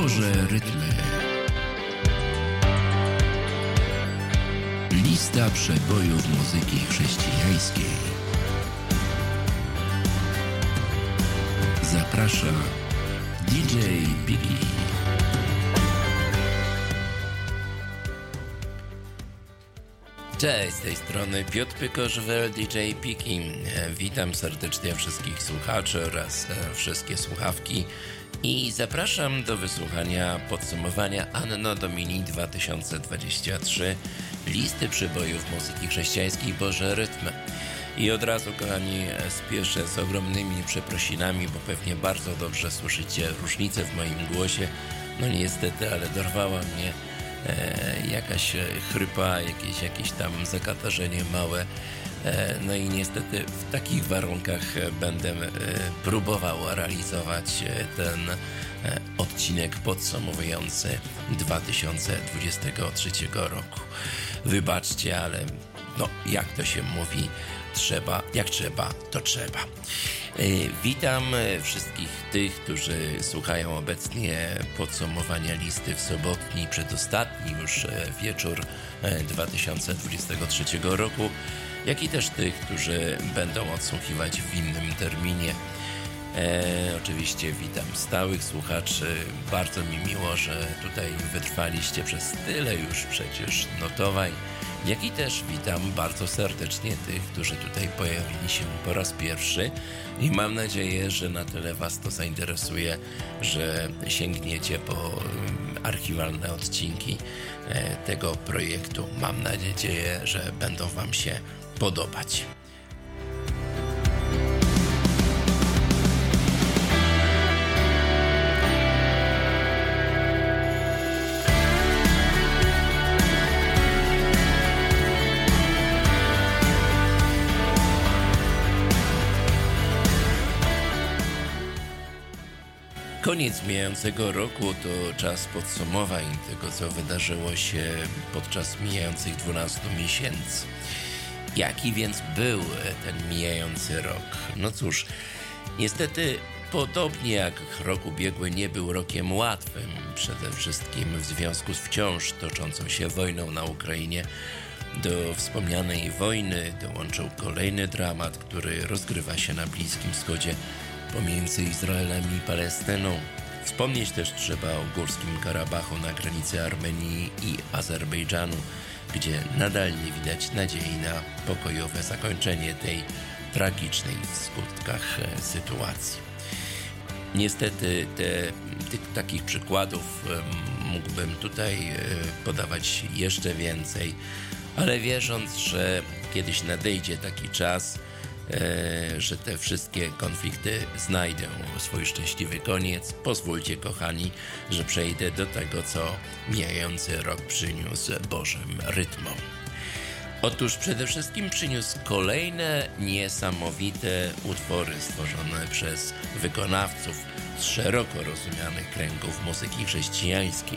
Boże rytmy. Lista przebojów muzyki chrześcijańskiej. Zaprasza DJ Piki. Cześć, z tej strony Piotr Pykorzwel, DJ Piki. Witam serdecznie wszystkich słuchaczy oraz wszystkie słuchawki i zapraszam do wysłuchania podsumowania Anno Domini 2023, listy przybojów muzyki chrześcijańskiej Boże rytmy. I od razu, kochani, spieszę z ogromnymi przeprosinami, bo pewnie bardzo dobrze słyszycie różnicę w moim głosie. No niestety, ale dorwała mnie jakaś chrypa, jakieś tam zakatarzenie małe. No i niestety w takich warunkach będę próbował realizować ten odcinek podsumowujący 2023 roku. Wybaczcie, ale no jak to się mówi, jak trzeba, to trzeba. Witam wszystkich tych, którzy słuchają obecnie podsumowania listy w sobotni, przedostatni już wieczór 2023 roku, jak i też tych, którzy będą odsłuchiwać w innym terminie. Oczywiście witam stałych słuchaczy, bardzo mi miło, że tutaj wytrwaliście przez tyle już przecież notowań, jak i też witam bardzo serdecznie tych, którzy tutaj pojawili się po raz pierwszy i mam nadzieję, że na tyle Was to zainteresuje, że sięgniecie po archiwalne odcinki tego projektu. Mam nadzieję, że będą Wam się podobać. Koniec mijającego roku to czas podsumowań tego, co wydarzyło się podczas mijających 12 miesięcy. Jaki więc był ten mijający rok? No cóż, niestety podobnie jak rok ubiegły nie był rokiem łatwym, przede wszystkim w związku z wciąż toczącą się wojną na Ukrainie. Do wspomnianej wojny dołączył kolejny dramat, który rozgrywa się na Bliskim Wschodzie pomiędzy Izraelem i Palestyną. Wspomnieć też trzeba o Górskim Karabachu na granicy Armenii i Azerbejdżanu, gdzie nadal nie widać nadziei na pokojowe zakończenie tej tragicznej w skutkach sytuacji. Niestety tych takich przykładów mógłbym tutaj podawać jeszcze więcej, ale wierząc, że kiedyś nadejdzie taki czas, że te wszystkie konflikty znajdą swój szczęśliwy koniec. Pozwólcie, kochani, że przejdę do tego, co mijający rok przyniósł Bożym rytmom. Otóż przede wszystkim przyniósł kolejne niesamowite utwory stworzone przez wykonawców z szeroko rozumianych kręgów muzyki chrześcijańskiej.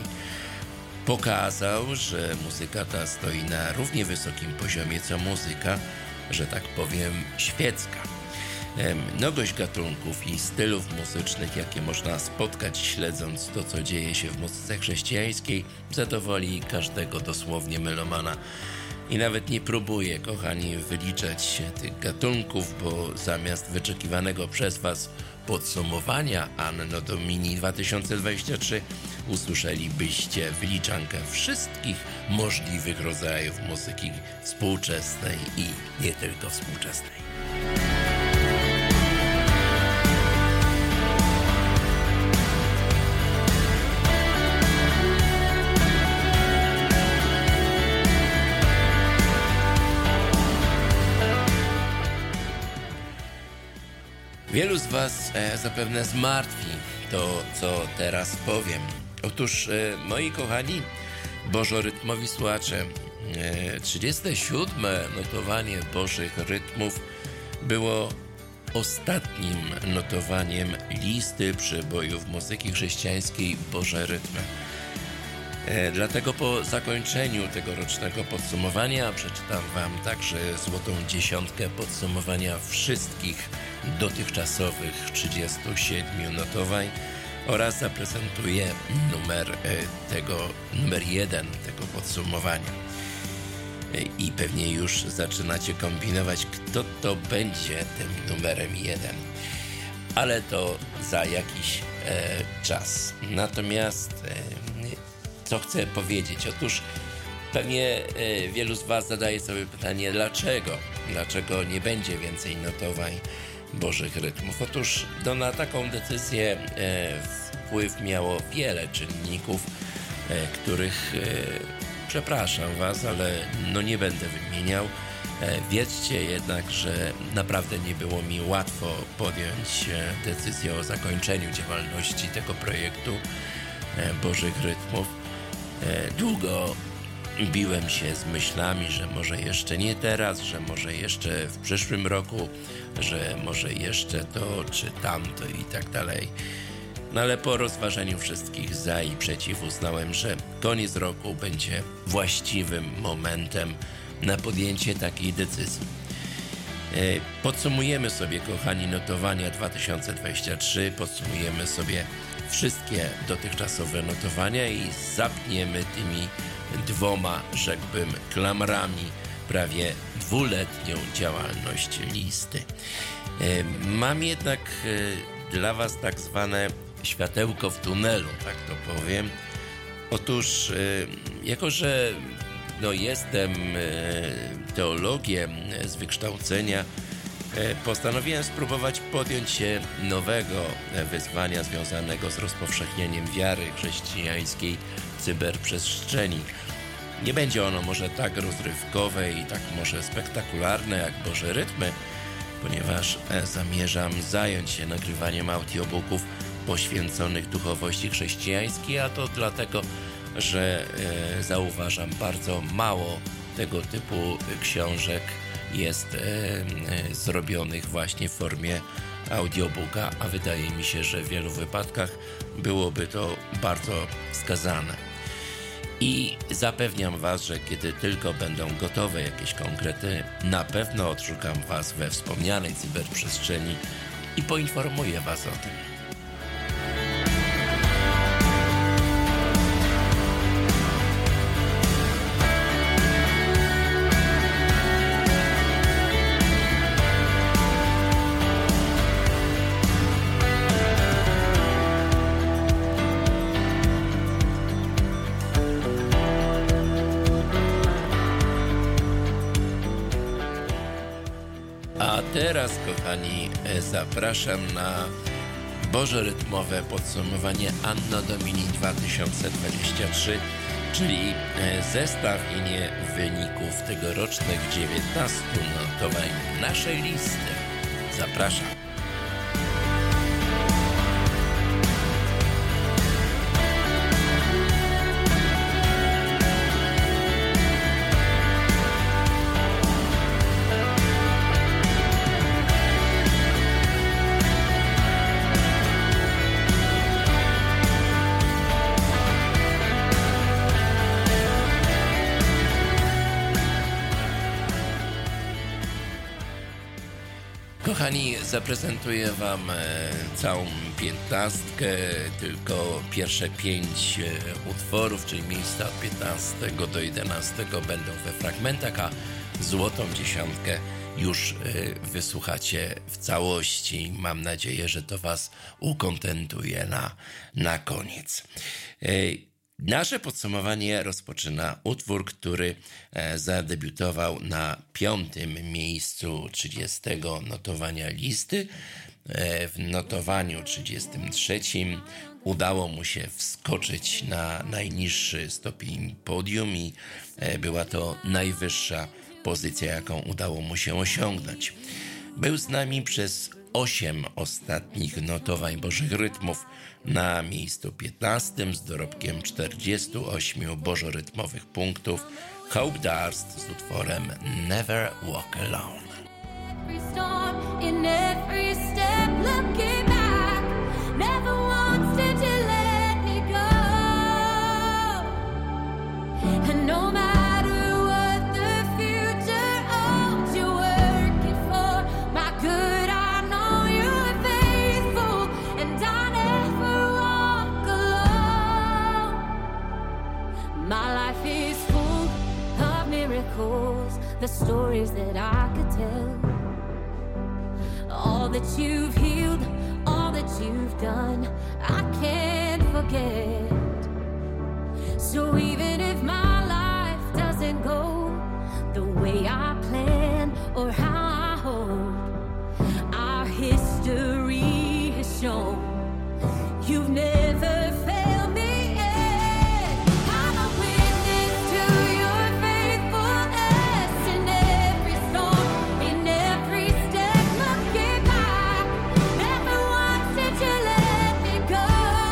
Pokazał, że muzyka ta stoi na równie wysokim poziomie co muzyka, że tak powiem, świecka. Mnogość gatunków i stylów muzycznych, jakie można spotkać śledząc to, co dzieje się w muzyce chrześcijańskiej, zadowoli każdego dosłownie melomana. I nawet nie próbuję, kochani, wyliczać tych gatunków, bo zamiast wyczekiwanego przez Was podsumowania Anno Domini 2023 usłyszelibyście wyliczankę wszystkich możliwych rodzajów muzyki współczesnej i nie tylko współczesnej. Wielu z Was zapewne zmartwi to, co teraz powiem. Otóż, moi kochani bożorytmowi słuchacze, 37. notowanie Bożych rytmów było ostatnim notowaniem listy przybojów muzyki chrześcijańskiej Boże rytmy. Dlatego po zakończeniu tegorocznego podsumowania przeczytam Wam także złotą dziesiątkę podsumowania wszystkich dotychczasowych 37 notowań oraz zaprezentuję numer 1 tego podsumowania. I pewnie już zaczynacie kombinować, kto to będzie tym numerem 1. Ale to za jakiś czas. Natomiast co chcę powiedzieć? Otóż pewnie wielu z Was zadaje sobie pytanie, dlaczego nie będzie więcej notowań Bożych Rytmów. Otóż na taką decyzję wpływ miało wiele czynników, których przepraszam Was, ale nie będę wymieniał. Wiedzcie jednak, że naprawdę nie było mi łatwo podjąć decyzję o zakończeniu działalności tego projektu Bożych Rytmów. Długo biłem się z myślami, że może jeszcze nie teraz, że może jeszcze w przyszłym roku, że może jeszcze to czy tamto i tak dalej. Ale po rozważeniu wszystkich za i przeciw uznałem, że koniec roku będzie właściwym momentem na podjęcie takiej decyzji. Podsumujemy sobie, kochani, notowania 2023, podsumujemy sobie wszystkie dotychczasowe notowania i zapniemy tymi 2, rzekłbym, klamrami prawie 2-letnią działalność listy. Mam jednak dla Was tak zwane światełko w tunelu, tak to powiem. Otóż, jako że jestem teologiem z wykształcenia, postanowiłem spróbować podjąć się nowego wyzwania związanego z rozpowszechnieniem wiary chrześcijańskiej w cyberprzestrzeni. Nie będzie ono może tak rozrywkowe i tak może spektakularne jak Boże Rytmy, ponieważ zamierzam zająć się nagrywaniem audiobooków poświęconych duchowości chrześcijańskiej, a to dlatego, że zauważam, bardzo mało tego typu książek jest zrobionych właśnie w formie audiobooka, a wydaje mi się, że w wielu wypadkach byłoby to bardzo wskazane. I zapewniam Was, że kiedy tylko będą gotowe jakieś konkrety, na pewno odszukam Was we wspomnianej cyberprzestrzeni i poinformuję Was o tym. A teraz, kochani, zapraszam na bożorytmowe podsumowanie Anno Domini 2023, czyli zestawienie wyników tegorocznych 19 notowań naszej listy. Zapraszam. Kochani, zaprezentuję Wam całą 15, tylko pierwsze 5 utworów, czyli miejsca od 15 do 11 będą we fragmentach, a złotą 10 już wysłuchacie w całości. Mam nadzieję, że to Was ukontentuje na koniec. Nasze podsumowanie rozpoczyna utwór, który zadebiutował na 5. miejscu 30 notowania listy. W notowaniu 33 udało mu się wskoczyć na najniższy stopień podium i była to najwyższa pozycja, jaką udało mu się osiągnąć. Był z nami przez 8 ostatnich notowań Bożych Rytmów na miejscu 15 z dorobkiem 48 bożorytmowych punktów. Hope Darst z utworem Never Walk Alone. Good, I know you're faithful, and I never that you've healed, all that you've done, I can't forget. So even if my life doesn't go the way I plan or how I hope, our history has shown you've never failed me yet. I'm a witness to your faithfulness in every storm, in every step looking back. Never once did you let me go.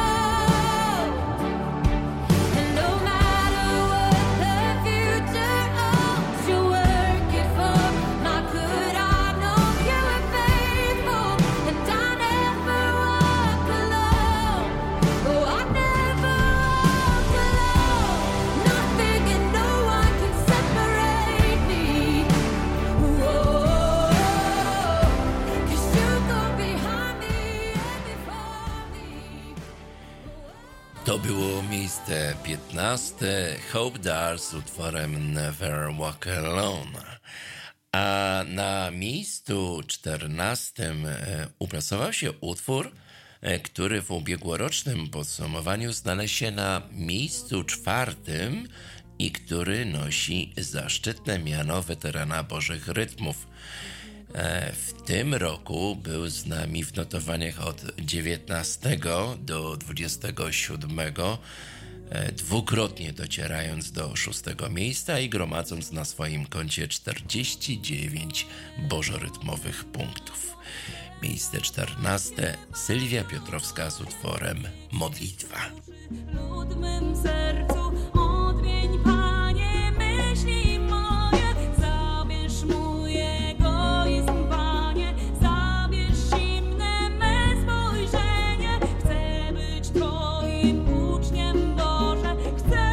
And no matter what the future holds, you work it for my good. I know you are faithful, and I never walk alone. Oh, I never walk alone. Nothing and no one can separate me. Whoa, 'cause you go behind me and before me. To było miejsce 15. Hope Dars z utworem Never Walk Alone. A na miejscu 14 uplasował się utwór, który w ubiegłorocznym podsumowaniu znalazł się na miejscu 4 i który nosi zaszczytne miano weterana Bożych Rytmów. W tym roku był z nami w notowaniach od 19 do 27, dwukrotnie docierając do 6 miejsca i gromadząc na swoim koncie 49 bożorytmowych punktów. Miejsce 14. Sylwia Piotrowska z utworem Modlitwa. Lud mym sercu odmień, Panie, myśli moje, zabierz mój egoizm, Panie, zabierz zimne me spojrzenie. Chcę być Twoim uczniem, Boże, chcę.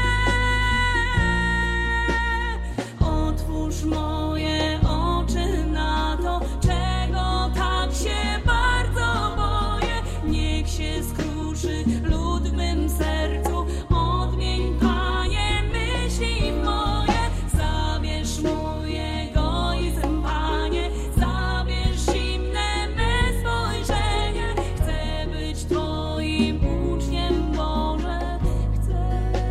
Otwórz moje oczy na to, czego tak się bardzo boję. Niech się skruszy lud w mym sercu, odmień, Panie, myśli moje, zabierz mój egoizm, Panie, zabierz zimne me spojrzenie. Chcę być Twoim uczniem, Boże, chcę.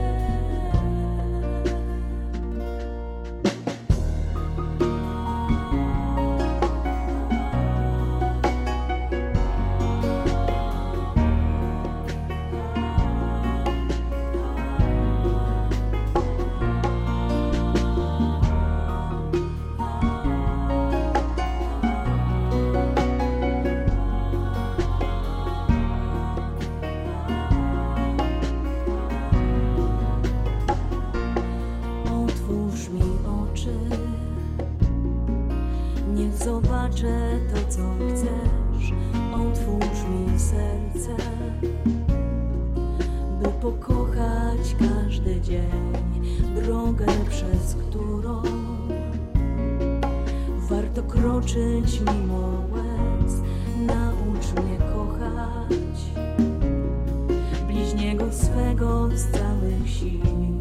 Otwórz mi oczy, niech zobaczę to, co chcesz. Otwórz mi serce, by pokochać każdy dzień, drogę, przez którą warto kroczyć mimo łez. Naucz mnie kochać bliźniego swego z całych sił.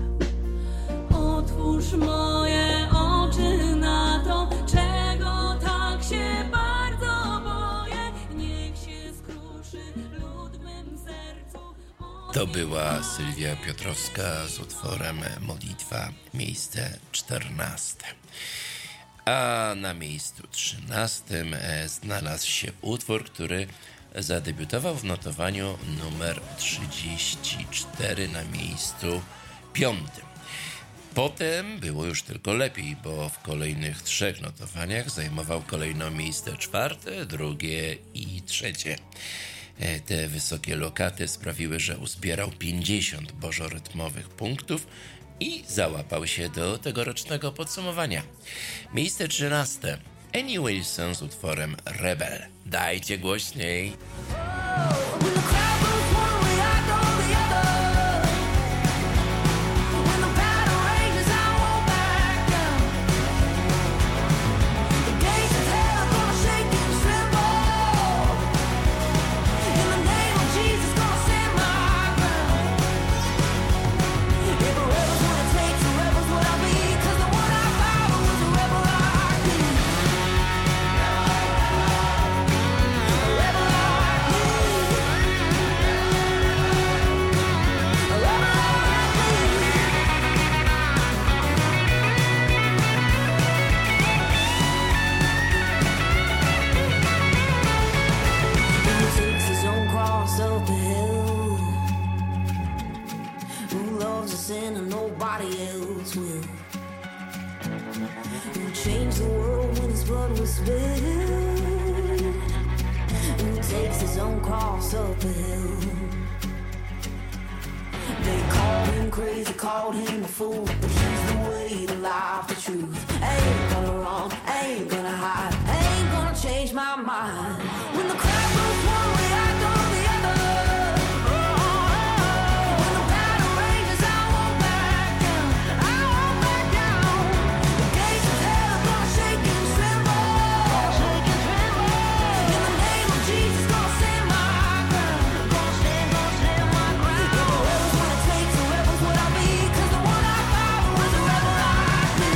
Otwórz moje oczy na to, czego tak się bardzo boję. Niech się skruszy lud w mym sercu. To była Sylwia Piotrowska z utworem Modlitwa, miejsce 14. A na miejscu 13 znalazł się utwór, który zadebiutował w notowaniu numer 34 na miejscu 5. Potem było już tylko lepiej, bo w kolejnych 3 notowaniach zajmował kolejno miejsce 4, 2 i 3. Te wysokie lokaty sprawiły, że uzbierał 50 bożorytmowych punktów i załapał się do tegorocznego podsumowania. Miejsce 13. Annie Wilson z utworem Rebel. Dajcie głośniej. When the crowd goes one way, I go the other. When the battle rages, I won't back down. The gates of hell are gonna shake and tremble. In the name of Jesus, gonna stand my ground. If a rebel's what it takes, a rebel's what I'll be. 'Cause the one I follow is a rebel like me. some cross up the hill. They called him crazy, called him a fool, but he's the way, the life, the truth. Ain't gonna run, ain't gonna hide, ain't gonna change my mind. When the crowd goes one way, I go the other. When the battle rages, I won't back down, I won't back down. The gates of hell are gonna shake and tremble, shake and tremble. In the name of Jesus, gonna stand my ground, gonna stand my ground. If the rebels wanna take, the rebels what I be, 'cause the one I found was a rebel like me.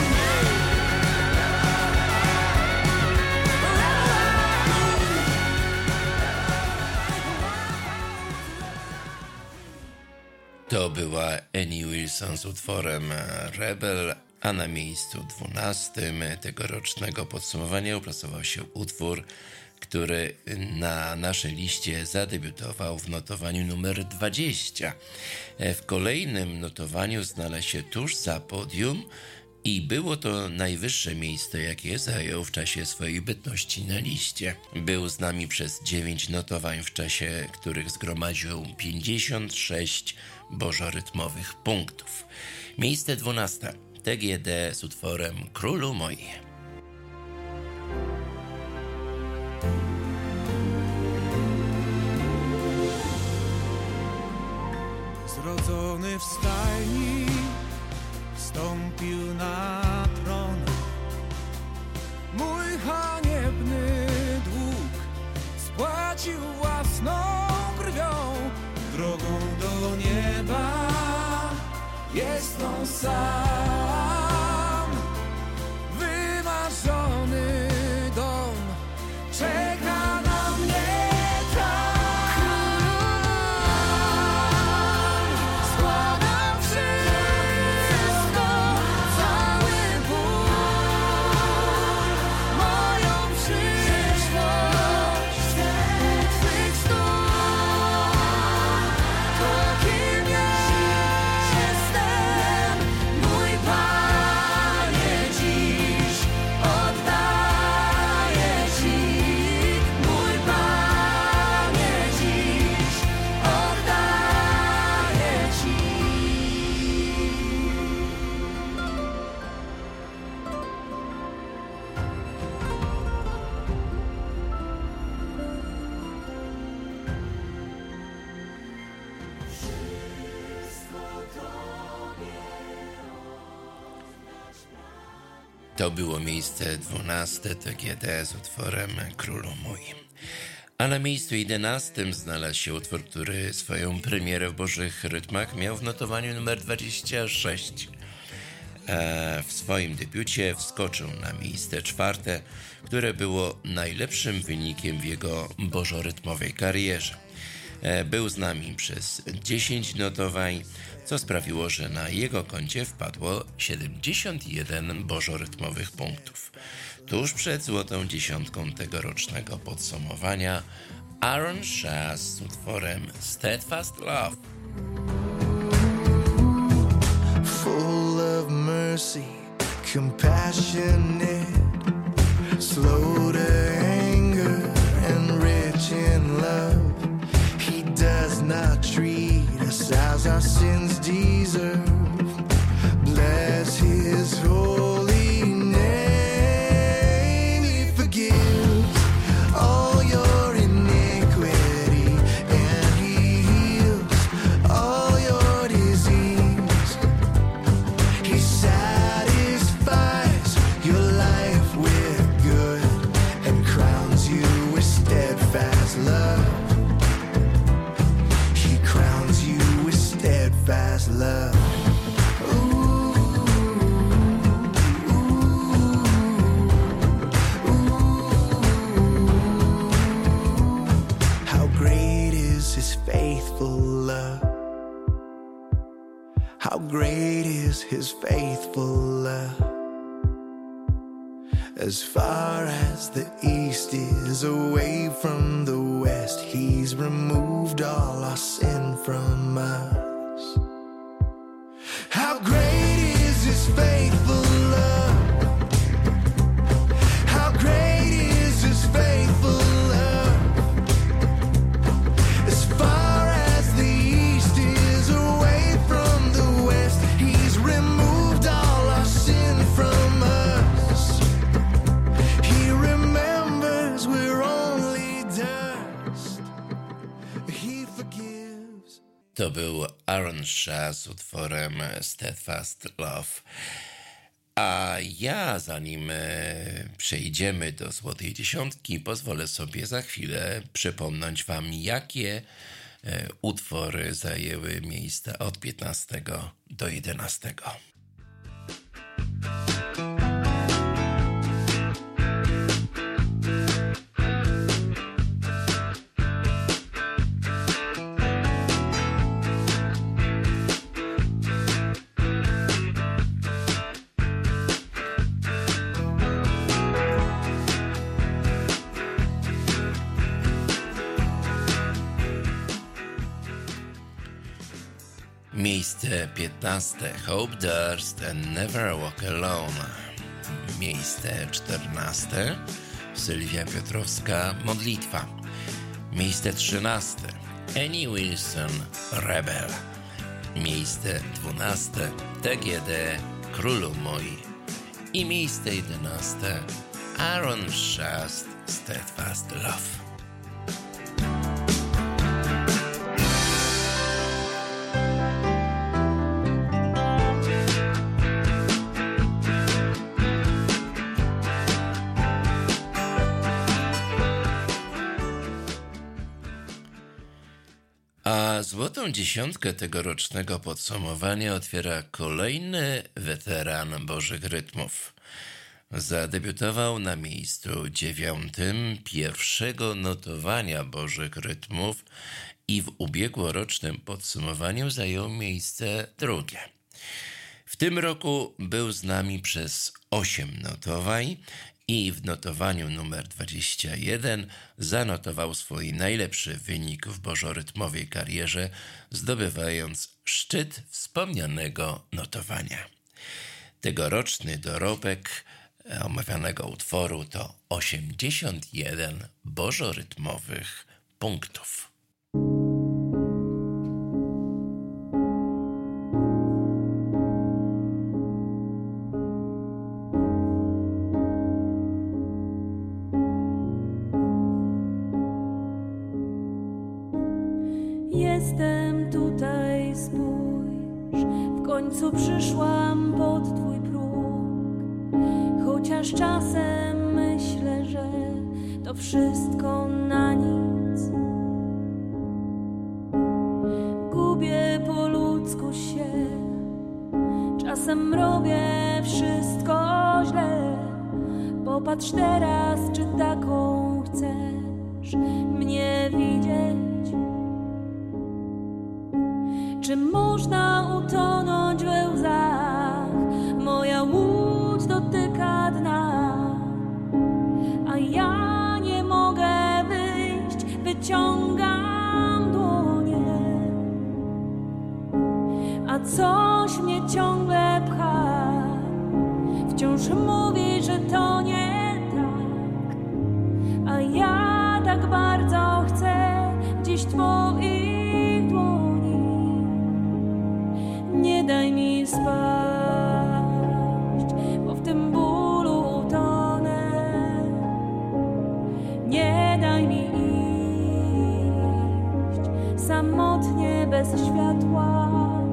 To była Annie Wilson z utworem Rebel, a na miejscu 12 tegorocznego podsumowania uplasował się utwór, który na naszej liście zadebiutował w notowaniu numer 20. W kolejnym notowaniu znalazł się tuż za podium i było to najwyższe miejsce, jakie zajął w czasie swojej bytności na liście. Był z nami przez 9 notowań, w czasie których zgromadził 56 bożorytmowych punktów. Miejsce 12. TGD z utworem Królu Mój. Zrodzony w stajni wstąpił na tron. Mój haniebny dług spłacił własną krwią. Drogą do nieba jest on sam. Wymarzony dom czeka na mnie tam. Składam wszystko, cały ból, moją przyszłość u Twych stóp. To kim jestem, mój Panie, dziś oddaję Ci. Mój Panie, dziś oddaję Ci. To było miejsce 12 TGD z utworem Królu Mój. A na miejscu 11 znalazł się utwór, który swoją premierę w Bożych Rytmach miał w notowaniu numer 26. W swoim debiucie wskoczył na miejsce 4, które było najlepszym wynikiem w jego bożorytmowej karierze. Był z nami przez 10 notowań, co sprawiło, że na jego koncie wpadło 71 bożorytmowych punktów. Tuż przed złotą dziesiątką tegorocznego podsumowania Aaron Shaz z utworem Steadfast Love. Full of mercy, compassionate, slow to anger and rich in love. He does not treat us as our sins deserve. Bless His holy name. He forgives all your iniquity and He heals all your disease. He satisfies your life with good and crowns you with steadfast love. He crowns you with steadfast love. How great is His faithful love. How great is His faithful love. As far as the east is away from the west, He's removed all our sin from us. How great is His faithful love. How great is His faithful love. To był Aaron Shah z utworem Steadfast Love. A ja, zanim przejdziemy do Złotej Dziesiątki, pozwolę sobie za chwilę przypomnieć wam, jakie utwory zajęły miejsca od 15 do 11. Miejsce 15. Hope Durst and Never Walk Alone. Miejsce 14. Sylwia Piotrowska, Modlitwa. Miejsce 13. Annie Wilson, Rebel. Miejsce 12. TGD, Królu Mój. I miejsce 11. Aaron Shah, Steadfast Love. A Złotą Dziesiątkę tegorocznego podsumowania otwiera kolejny weteran Bożych Rytmów. Zadebiutował na miejscu 9 pierwszego notowania Bożych Rytmów i w ubiegłorocznym podsumowaniu zajął miejsce 2. W tym roku był z nami przez 8 notowań i w notowaniu numer 21 zanotował swój najlepszy wynik w bożorytmowej karierze, zdobywając szczyt wspomnianego notowania. Tegoroczny dorobek omawianego utworu to 81 bożorytmowych punktów. Jestem tutaj, spójrz, w końcu przyszłam pod twój próg. Chociaż czasem myślę, że to wszystko na nic. Gubię po ludzku się, czasem robię wszystko źle. Popatrz teraz, czy taką chcesz mnie widzieć. Czy można utonąć we łzach? Moja łódź dotyka dna, a ja nie mogę wyjść, wyciągam dłonie, a coś mnie ciągle pcha, wciąż mówi, że to nie tak, a ja tak bardzo chcę dziś twoich dłoni. Nie daj mi spaść, bo w tym bólu utonę. Nie daj mi iść samotnie bez światła.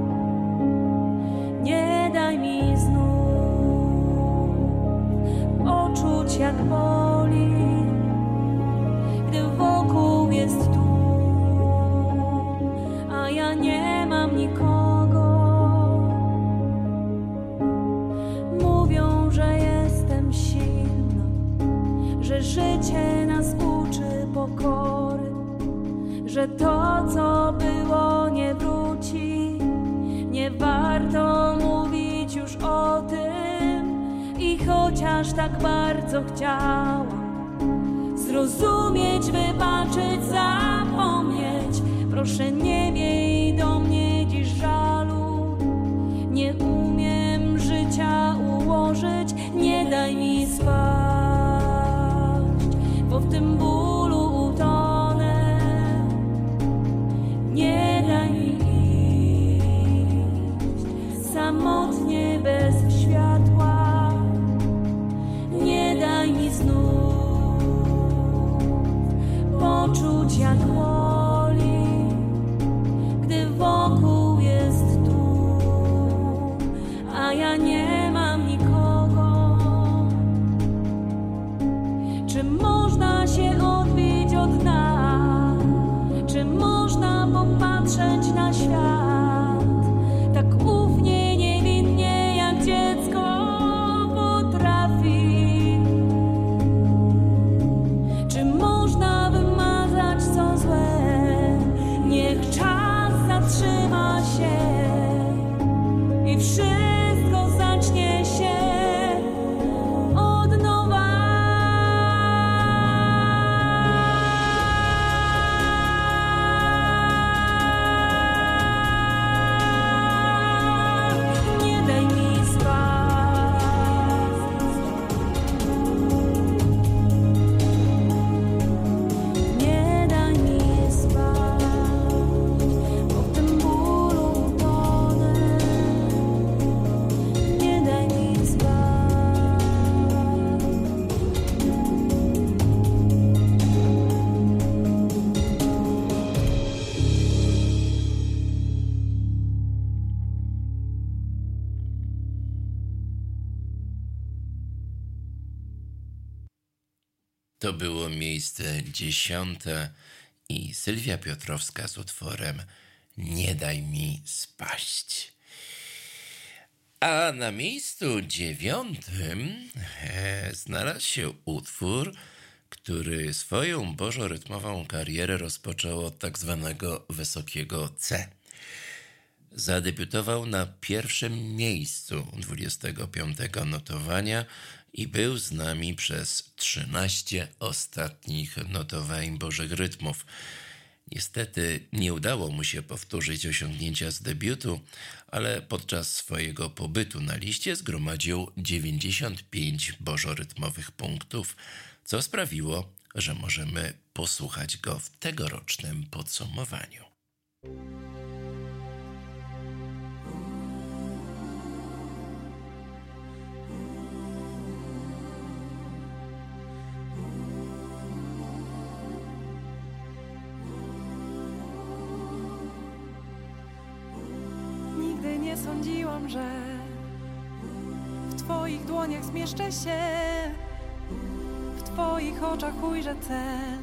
Nie daj mi znów poczuć, jak boli, gdy wokół jest tłum, a ja nie mam nikogo. Że życie nas uczy pokory, że to, co było, nie wróci. Nie warto mówić już o tym i chociaż tak bardzo chciałam zrozumieć, wybaczyć, zapomnieć, proszę nie miej do mnie dziś żalu. Nie umiem życia ułożyć, nie daj mi spać, bo w tym bólu utonę. Nie daj mi iść samotnie bez światła. Nie daj mi znów poczuć, jak boli, gdy To było miejsce 10 i Sylwia Piotrowska z utworem Nie daj mi spaść. A na miejscu 9 znalazł się utwór, który swoją bożorytmową karierę rozpoczął od tak zwanego wysokiego C. Zadebiutował na pierwszym miejscu 25 notowania i był z nami przez 13 ostatnich notowań bożych rytmów. Niestety nie udało mu się powtórzyć osiągnięcia z debiutu, ale podczas swojego pobytu na liście zgromadził 95 bożorytmowych punktów, co sprawiło, że możemy posłuchać go w tegorocznym podsumowaniu. Nigdy nie sądziłam, że w Twoich dłoniach zmieszczę się, w Twoich oczach ujrzę cel.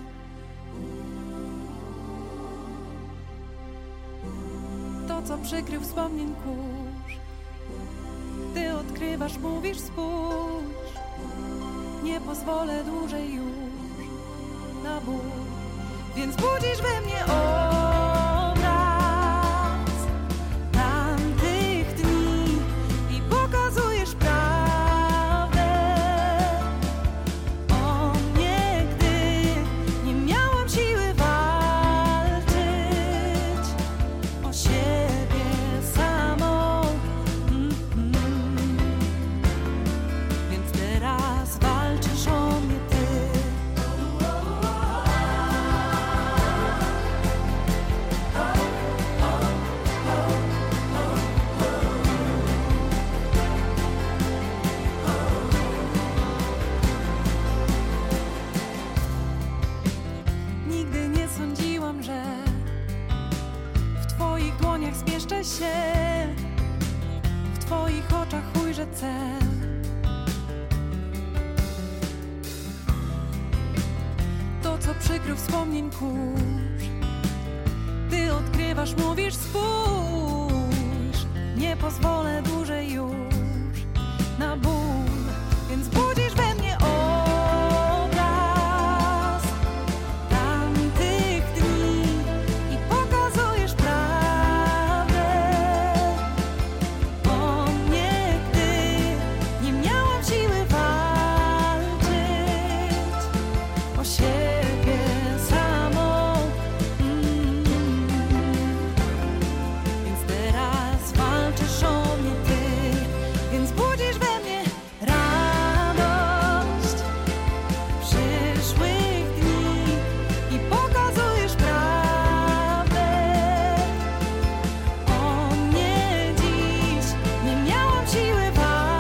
To, co przykrył wspomnień kurz, Ty odkrywasz, mówisz spójrz. Nie pozwolę dłużej już na ból, więc budzisz we mnie obraz tamtych dni i pokazujesz prawdę o mnie, gdy nie miałam siły walczyć o siebie samą. Więc teraz walczysz o mnie Ty. Nigdy nie sądziłam, że w Twoich dłoniach zmieszczę się, w Twoich oczach ujrzę cel. To, co przykrył wspomnień kurz, Ty odkrywasz, mówisz spójrz. Nie pozwolę dłużej już na ból, więc budzisz we mnie obraz tamtych dni i pokazujesz prawdę o mnie, gdy nie miałam siły walczyć o siebie samą. Więc teraz walczysz o mnie Ty, więc budzisz we mnie radość przyszłych dni i pokazujesz prawdę o mnie dziś. Nie miałam siły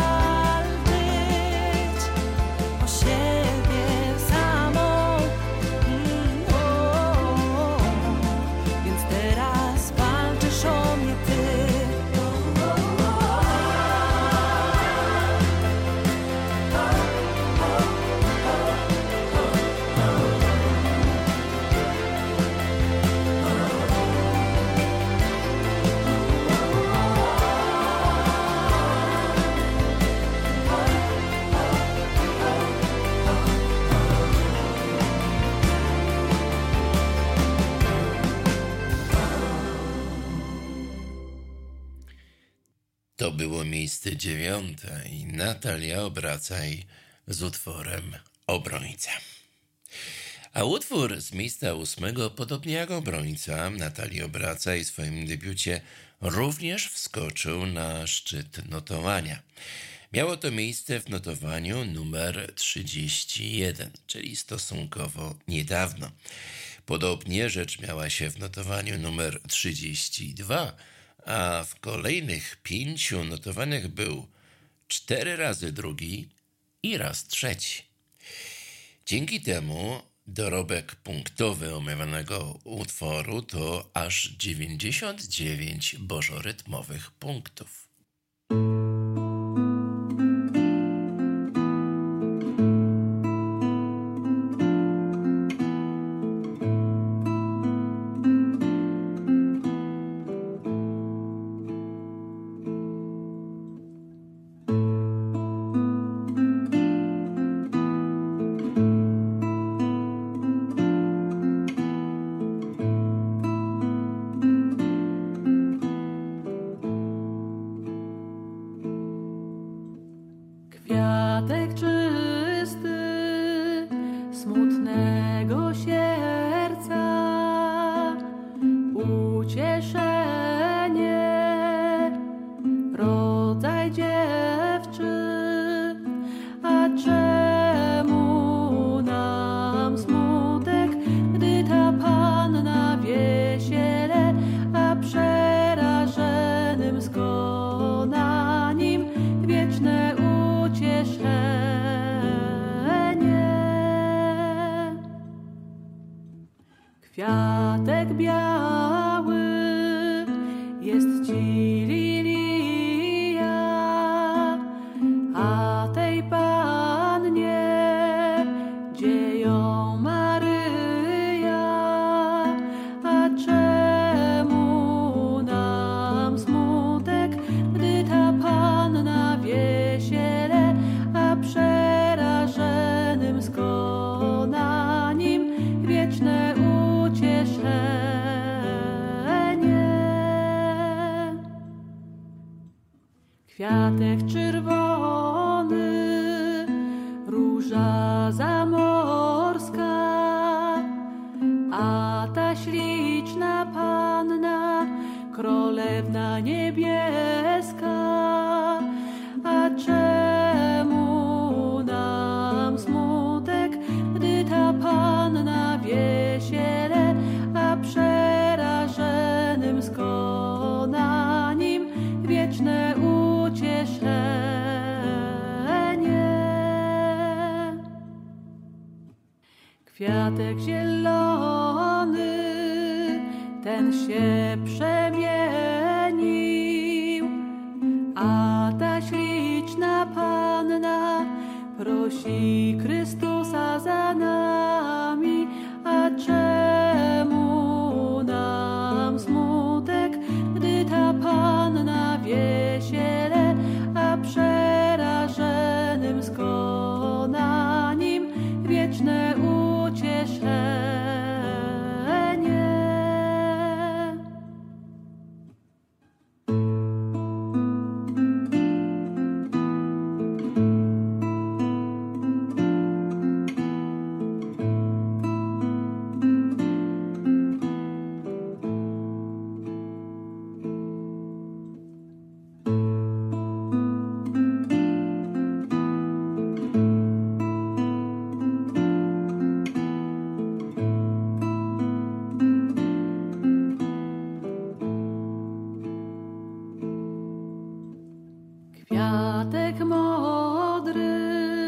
walczyć o siebie samą. Więc teraz walczysz o mnie Ty. To było miejsce 9 i Natalia Obracaj z utworem Obrońca. A utwór z miejsca 8, podobnie jak Obrońca, Natalii Obracaj w swoim debiucie również wskoczył na szczyt notowania. Miało to miejsce w notowaniu numer 31, czyli stosunkowo niedawno. Podobnie rzecz miała się w notowaniu numer 32, a w kolejnych 5 notowanych był 4 razy drugi i raz trzeci. Dzięki temu dorobek punktowy omawianego utworu to aż 99 bożorytmowych punktów. Kwiatek biały jest ci lilia, a tej Pannie dzieją Maryja. A czemu nam smutek, gdy ta Panna wesiele, a przerażonym skona nim wieczne ucieszenie. Kwiatek czerwony, róża zamorska, a ta śliczna Panna, królewna niebieska. A czemu nam smutek, gdy ta Panna wesiele, a przerażonym skona nim wieczne ucieszenie. Kwiatek zielony, ten się przemienił, a ta śliczna Panna prosi Chrystusa za nami. A czemu nam smutek, gdy ta Panna wesiele, a przerażonym skona nim wieczne ucieszenie. Kwiatek modry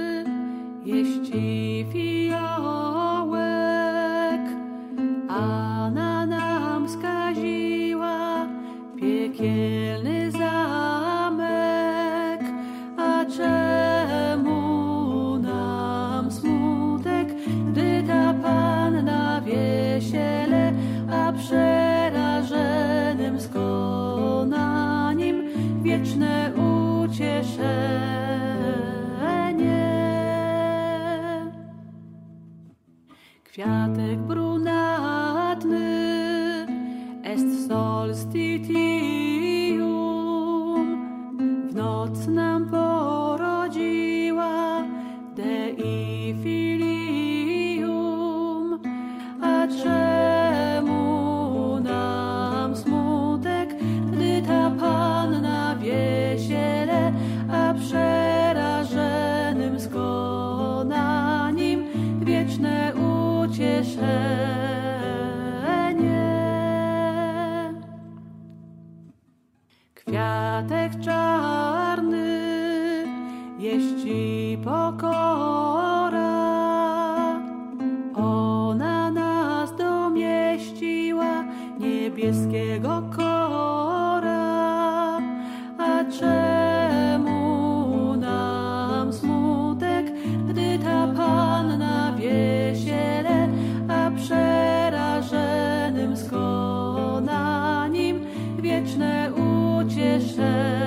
jeści fiołek, a nam skaziła piekielny zamek. A czemu nam smutek, gdy ta Panna wesiele, a przerażonym skona nim wieczne ucieszenie. Kwiatek brunatny est solstitium, w noc nam porodziła Dei filium. A czemu nam smutek, gdy ta Panna wesiele, a przerażonym skona nim wieczne ucieszenie. Kwiatek czarny jeści pokora, ona nas domieściła niebieskiego kora. A czemu nam smutek, gdy ta Panna wesiele, a przerażonym skona nim wieczne ucieszenie.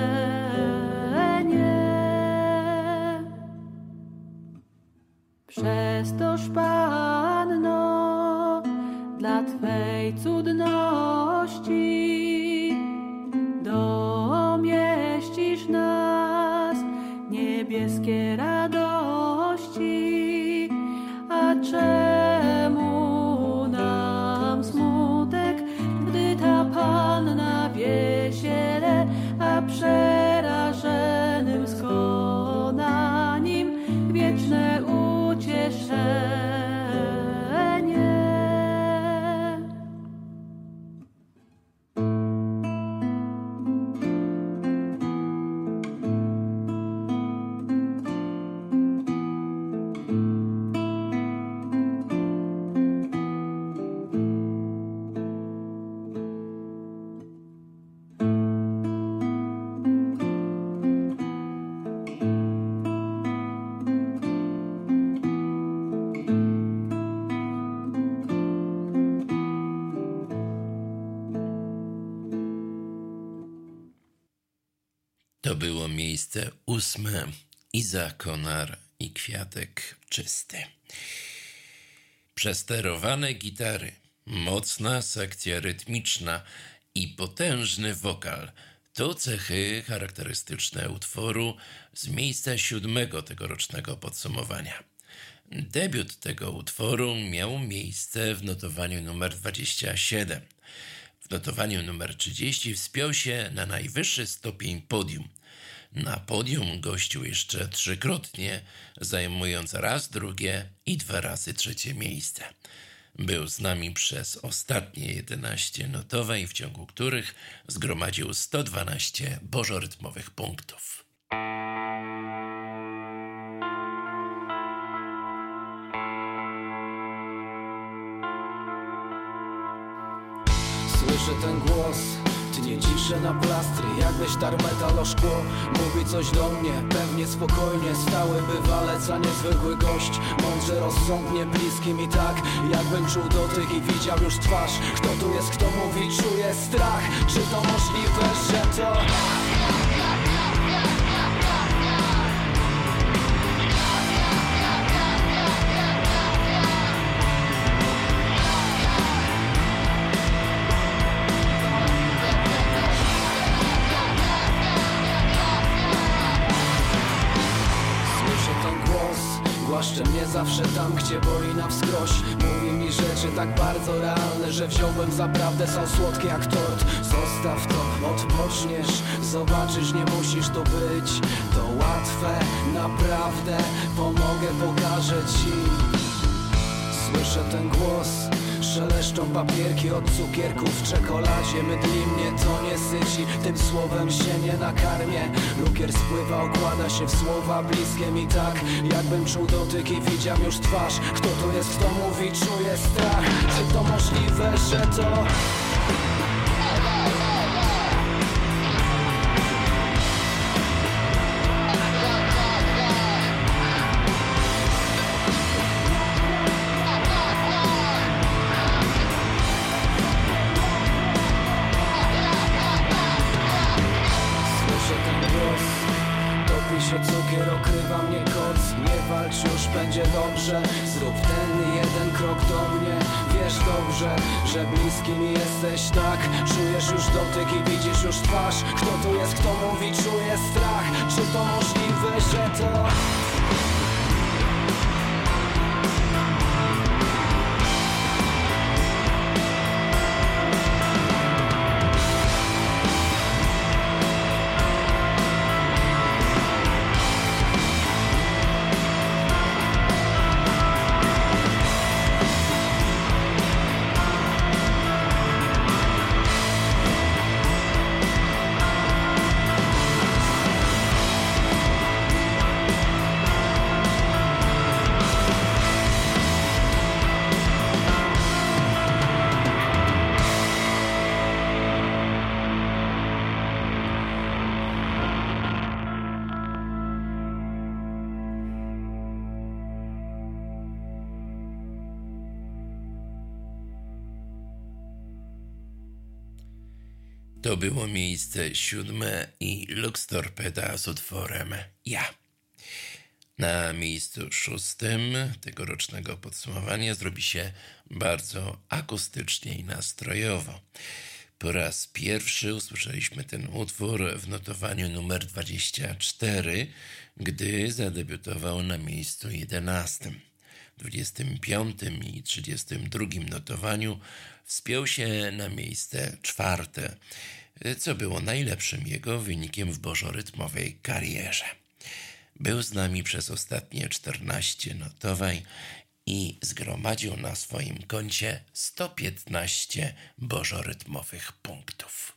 Przez toż Panno, dla Twej cudności domieścisz nas niebieskie radości. A czemu nam smutek, gdy ta Panna wesiele, a przerażonym skona nim wieczne ucieszenie. To było miejsce 8. Iza Konar i Kwiatek Czysty. Przesterowane gitary, mocna sekcja rytmiczna i potężny wokal to cechy charakterystyczne utworu z miejsca 7. tegorocznego podsumowania. Debiut tego utworu miał miejsce w notowaniu numer 27. W notowaniu numer 30 wspiął się na najwyższy stopień podium. Na podium gościł jeszcze 3-krotnie, zajmując raz drugie i 2 razy trzecie miejsce. Był z nami przez ostatnie 11 notowań, w ciągu których zgromadził 112 bożorytmowych punktów. Słyszę ten głos, tnie ciszę na plastry, jakbyś tarł metal o szkło. Mówi coś do mnie, pewnie spokojnie, stały bywalec, a niezwykły gość. Mądrze, rozsądnie, bliski mi tak, jakbym czuł dotyk i widział już twarz. Kto tu jest, kto mówi, czuje strach. Czy to możliwe, że to... Głaszcze mnie zawsze tam, gdzie boli na wskroś. Mówi mi rzeczy tak bardzo realne, że wziąłbym za prawdę, są słodkie jak tort. Zostaw to, odpoczniesz, zobaczysz, nie musisz tu być. To łatwe, naprawdę, pomogę, pokażę ci. Słyszę ten głos, szeleszczą papierki od cukierków w czekoladzie. Mydli mnie, to nie syci, tym słowem się nie nakarmię. Lukier spływa, okłada się w słowa bliskie mi tak, jakbym czuł dotyk i widział już twarz. Kto tu jest, kto mówi, czuje strach. Czy to możliwe, że to... Cukier okrywa mnie koc, nie walcz, już będzie dobrze. Zrób ten jeden krok do mnie. Wiesz dobrze, że bliski mi jesteś tak. Czujesz już dotyk i widzisz już twarz. Kto tu jest, kto mówi, czuje strach. Czy to możliwe, że to... To było miejsce 7. i Lux Torpeda z utworem Ja. Na miejscu 6. tegorocznego podsumowania zrobi się bardzo akustycznie i nastrojowo. Po raz pierwszy usłyszeliśmy ten utwór w notowaniu numer 24, gdy zadebiutował na miejscu 11. W 25. i 32. notowaniu wspiął się na miejsce 4, co było najlepszym jego wynikiem w bożorytmowej karierze. Był z nami przez ostatnie 14 notowań i zgromadził na swoim koncie 115 bożorytmowych punktów.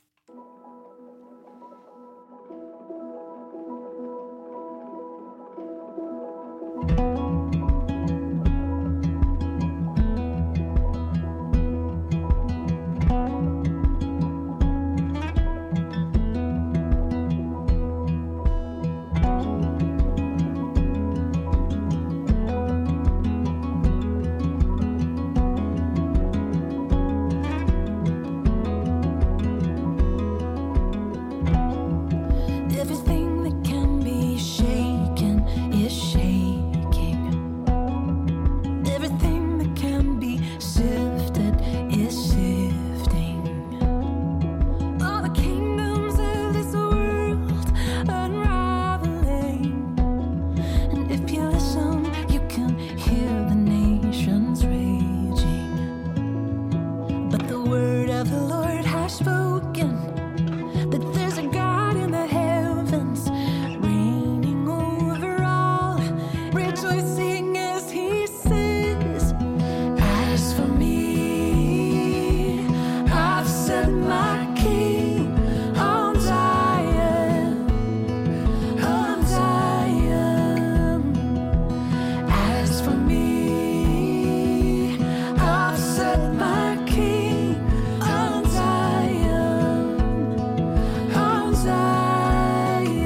of the Lord has spoken, that there's a God in the heavens, reigning over all, rejoicing as he says, as for me, I've set my king on Zion, on Zion. As for me, I've set my king on Zion, on Zion.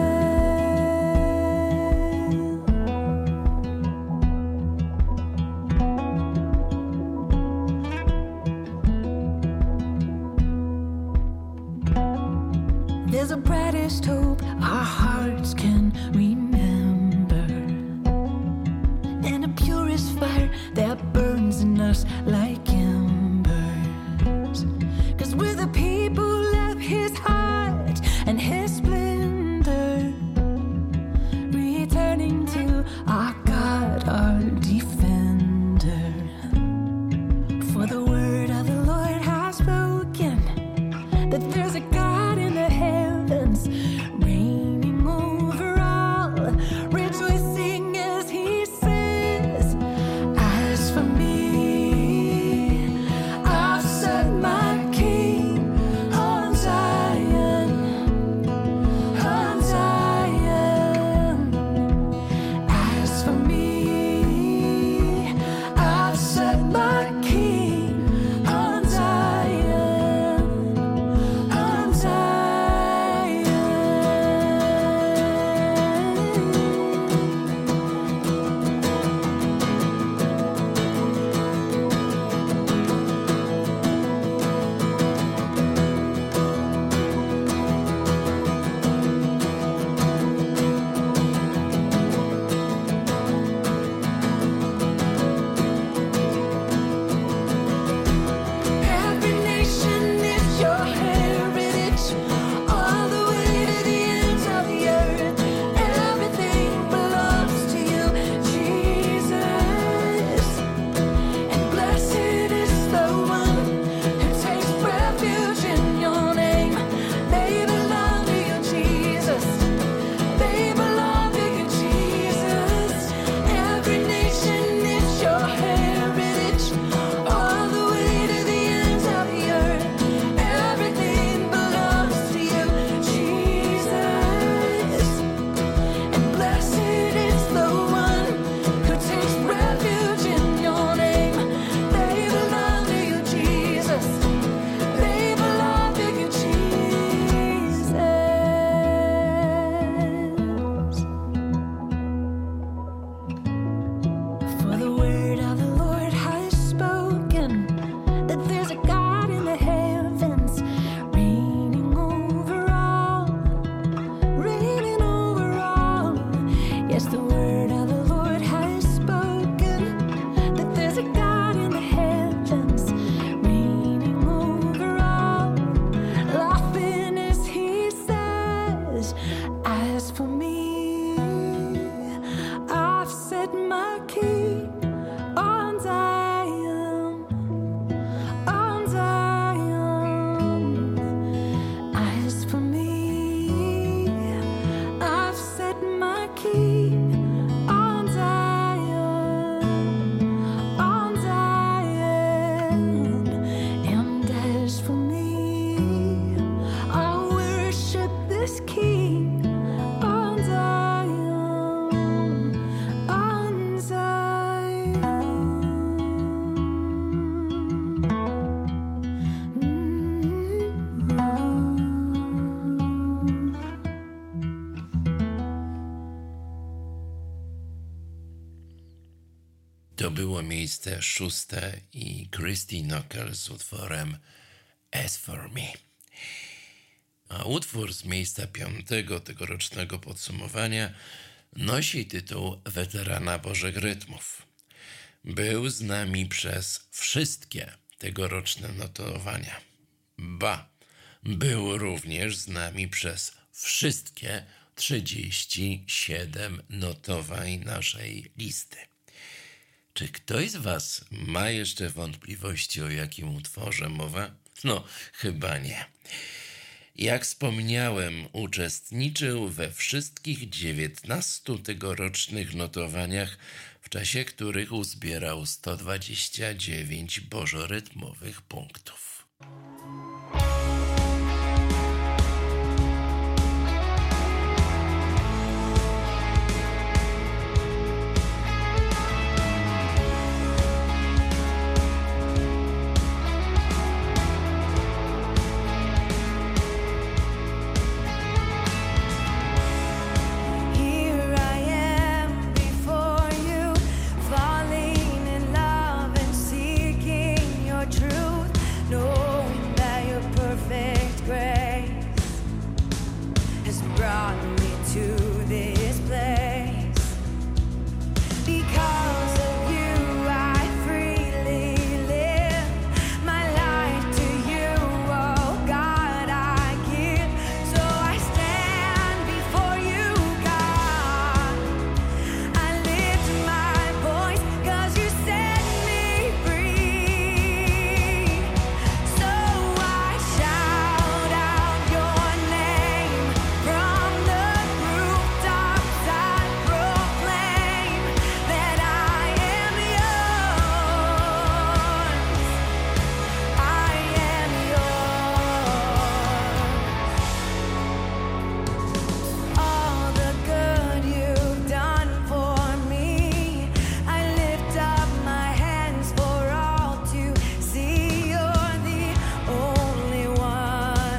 There's a brightest hope our hearts can remember, and a purest fire that burns in us like embers. 'Cause we're the people of his heart and his splendor, returning to our God, our defender. For the word of the Lord has spoken, that there's a God in the heavens, reigning over all, rejoicing as he says, as for me, I've set my king on Zion, on Zion. As for me, I've set my king on Zion, on Zion. Every nation is your heritage, all the way to the ends of the earth. Everything belongs to you, Jesus. And blessed is the one who takes refuge in your name. They belong to you, Jesus. They belong to you, Jesus. Every nation is your heritage, all the way to the ends of the earth. Everything belongs to you, Jesus. And blessed is the one who takes refuge in your name. They belong to you, Jesus. They belong to you, Jesus. For the word of the Lord has spoken, that there's a God in the heavens, reigning over all, reigning over all. Yes, the word of the Lord has spoken, that there's a God in the heavens, reigning over all, laughing as he says, as for me, I've set my king on Zion, on Zion. As for me, I've set my king on Zion, on Zion. And as for me, I'll worship this king on Zion, on Zion. To było miejsce 6 i Christy Knockel z utworem As For Me. A utwór z miejsca 5 tegorocznego podsumowania nosi tytuł Weterana Bożych Rytmów. Był z nami przez wszystkie tegoroczne notowania. Ba, był również z nami przez wszystkie 37 notowań naszej listy. Czy ktoś z was ma jeszcze wątpliwości, o jakim utworze mowa? No, chyba nie. Jak wspomniałem, uczestniczył we wszystkich 19 tegorocznych notowaniach, w czasie których uzbierał 129 bożorytmowych punktów. Here I am before you, falling in love and seeking your truth, knowing that your perfect grace has brought me to this place. Because of you, I freely live my life to you, oh God, I give. So I stand before you, God. I lift my voice 'cause you set me free. So I shout out your name from the rooftops. I proclaim that I am yours. I am yours. All the good you've done for me, I lift up my hands for all to see. You're the only one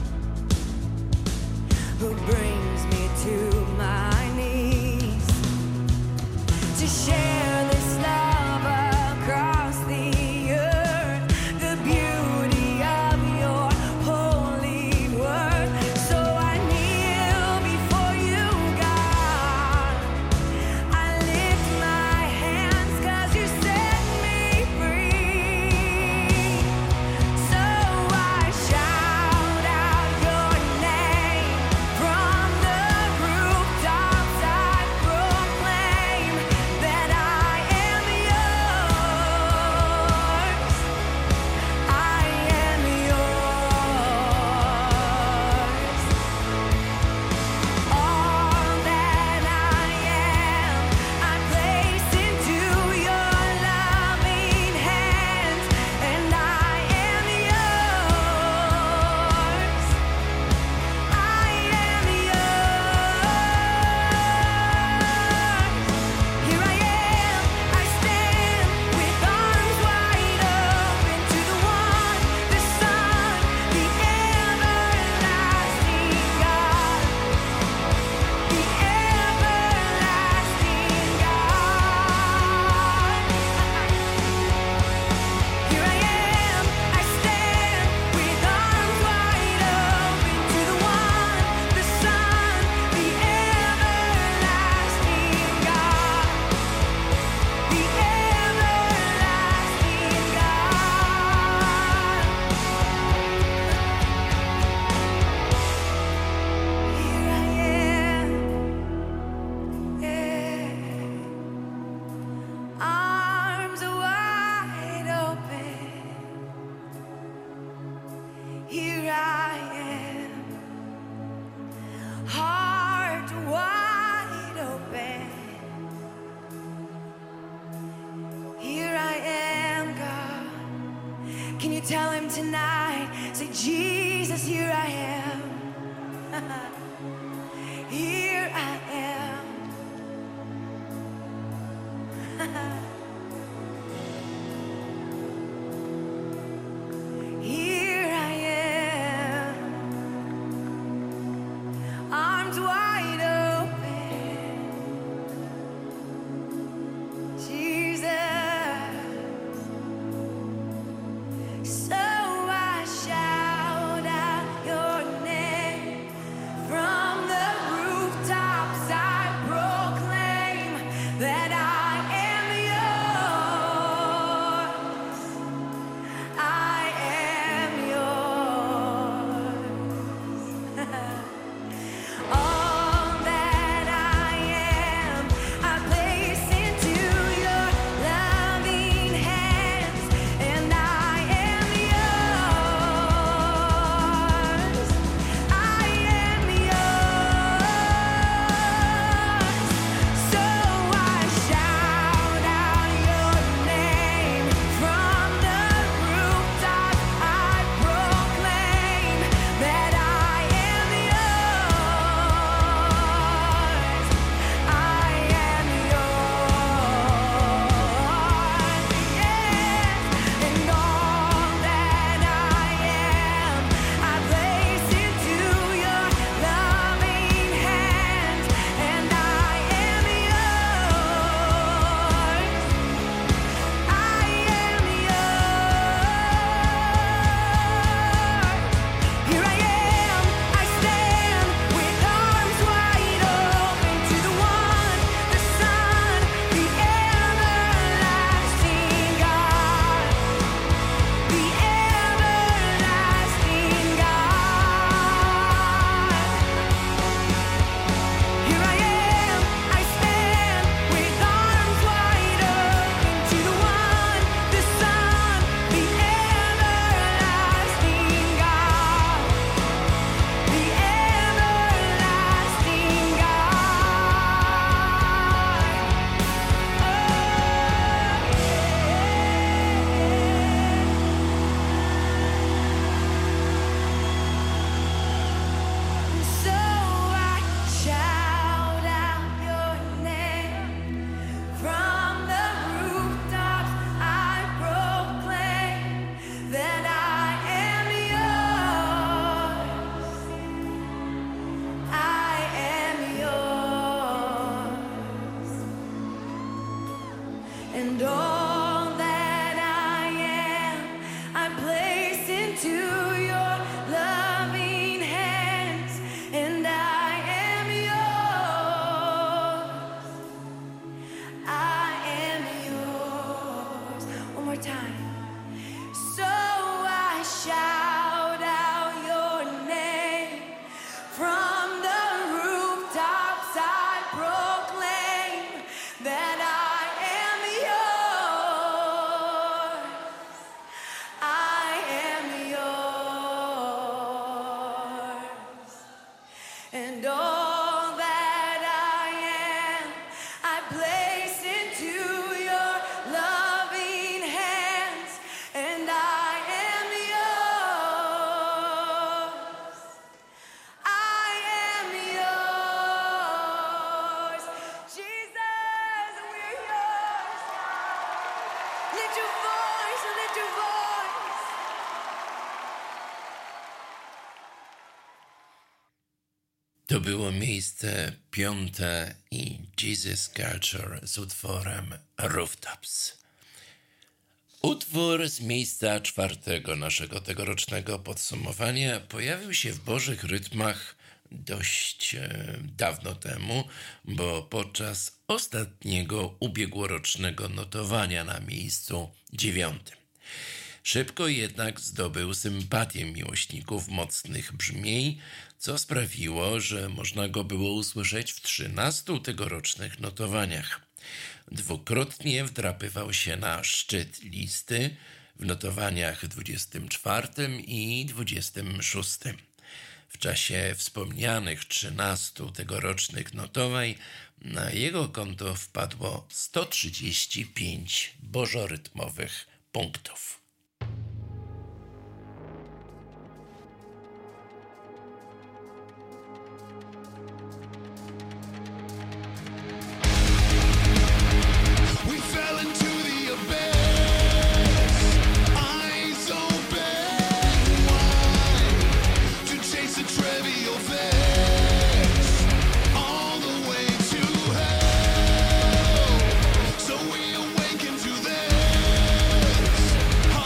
who brings me to my knees. To share this love across the earth, the beauty of your holy word. So I kneel before you, God. I lift my hands 'cause you set me free. So I shout out your name from the rooftops. I proclaim that I am yours. I am yours. All that I am, I place into your loving hands, and I am yours. I am yours. Here I am, I stand with arms wide open to the one, the Son, the everlasting God. The everlasting God. Here I am, I stand with arms wide open to the one, the Son, the everlasting God. The everlasting God. Here I am, arms wide open. Here I am, heart wide open. Here I am, God. Can you tell him tonight? Say, Jesus, here I am. Here I am. Here I am. Arms wide open. Jesus. So I shout out your name from the rooftops. To było miejsce 5 i Jesus Culture z utworem Rooftops. Utwór z miejsca 4 naszego tegorocznego podsumowania pojawił się w Bożych Rytmach dość dawno temu, bo podczas ostatniego ubiegłorocznego notowania na miejscu 9. Szybko jednak zdobył sympatię miłośników mocnych brzmień, co sprawiło, że można go było usłyszeć w 13 tegorocznych notowaniach. Dwukrotnie wdrapywał się na szczyt listy w notowaniach 24 i 26. W czasie wspomnianych 13 tegorocznych notowań na jego konto wpadło 135 bożorytmowych punktów. We fell into the abyss, eyes open wide, to chase a trivial fix, all the way to hell. So we awaken to this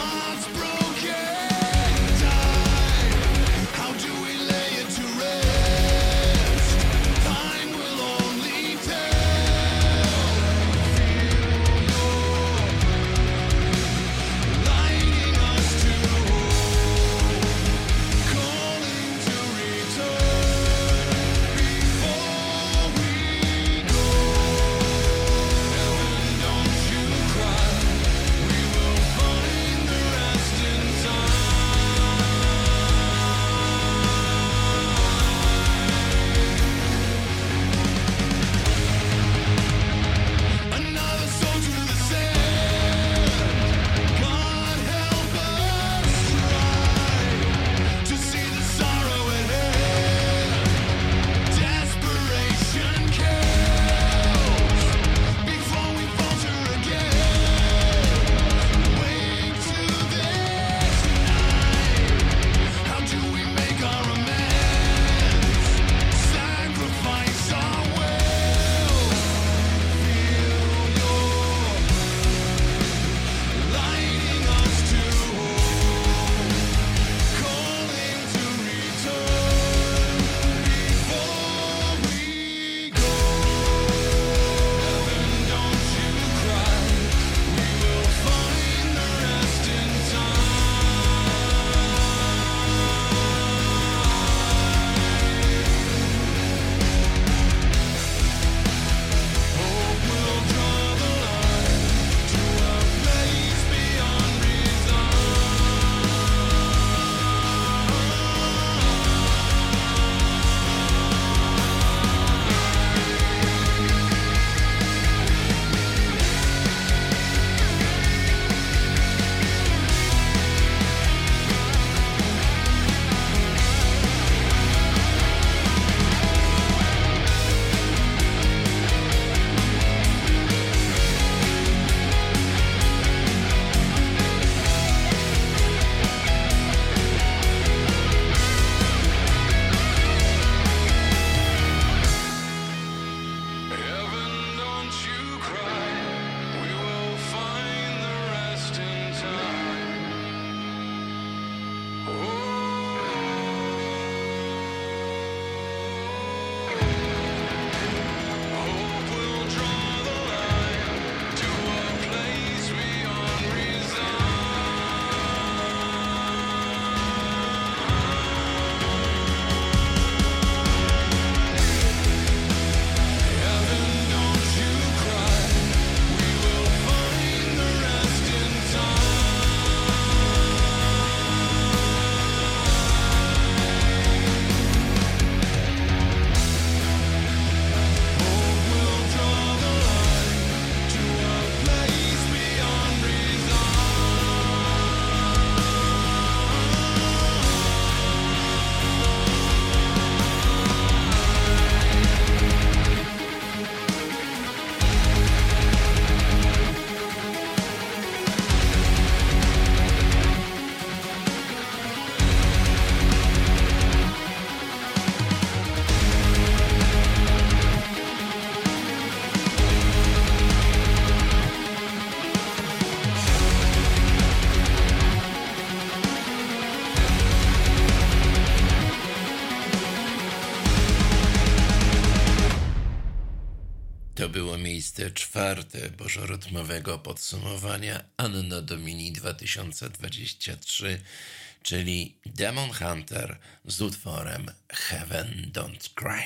44. bożorytmowego podsumowania Anno Domini 2023, czyli Demon Hunter z utworem Heaven Don't Cry.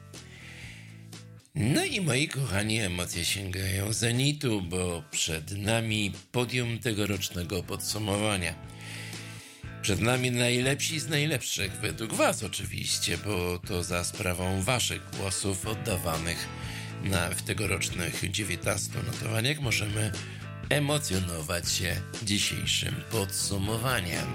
No i moi kochani, emocje sięgają zenitu, bo przed nami podium tegorocznego podsumowania. Przed nami najlepsi z najlepszych, według was oczywiście, bo to za sprawą waszych głosów oddawanych w tegorocznych 19 notowaniach możemy emocjonować się dzisiejszym podsumowaniem.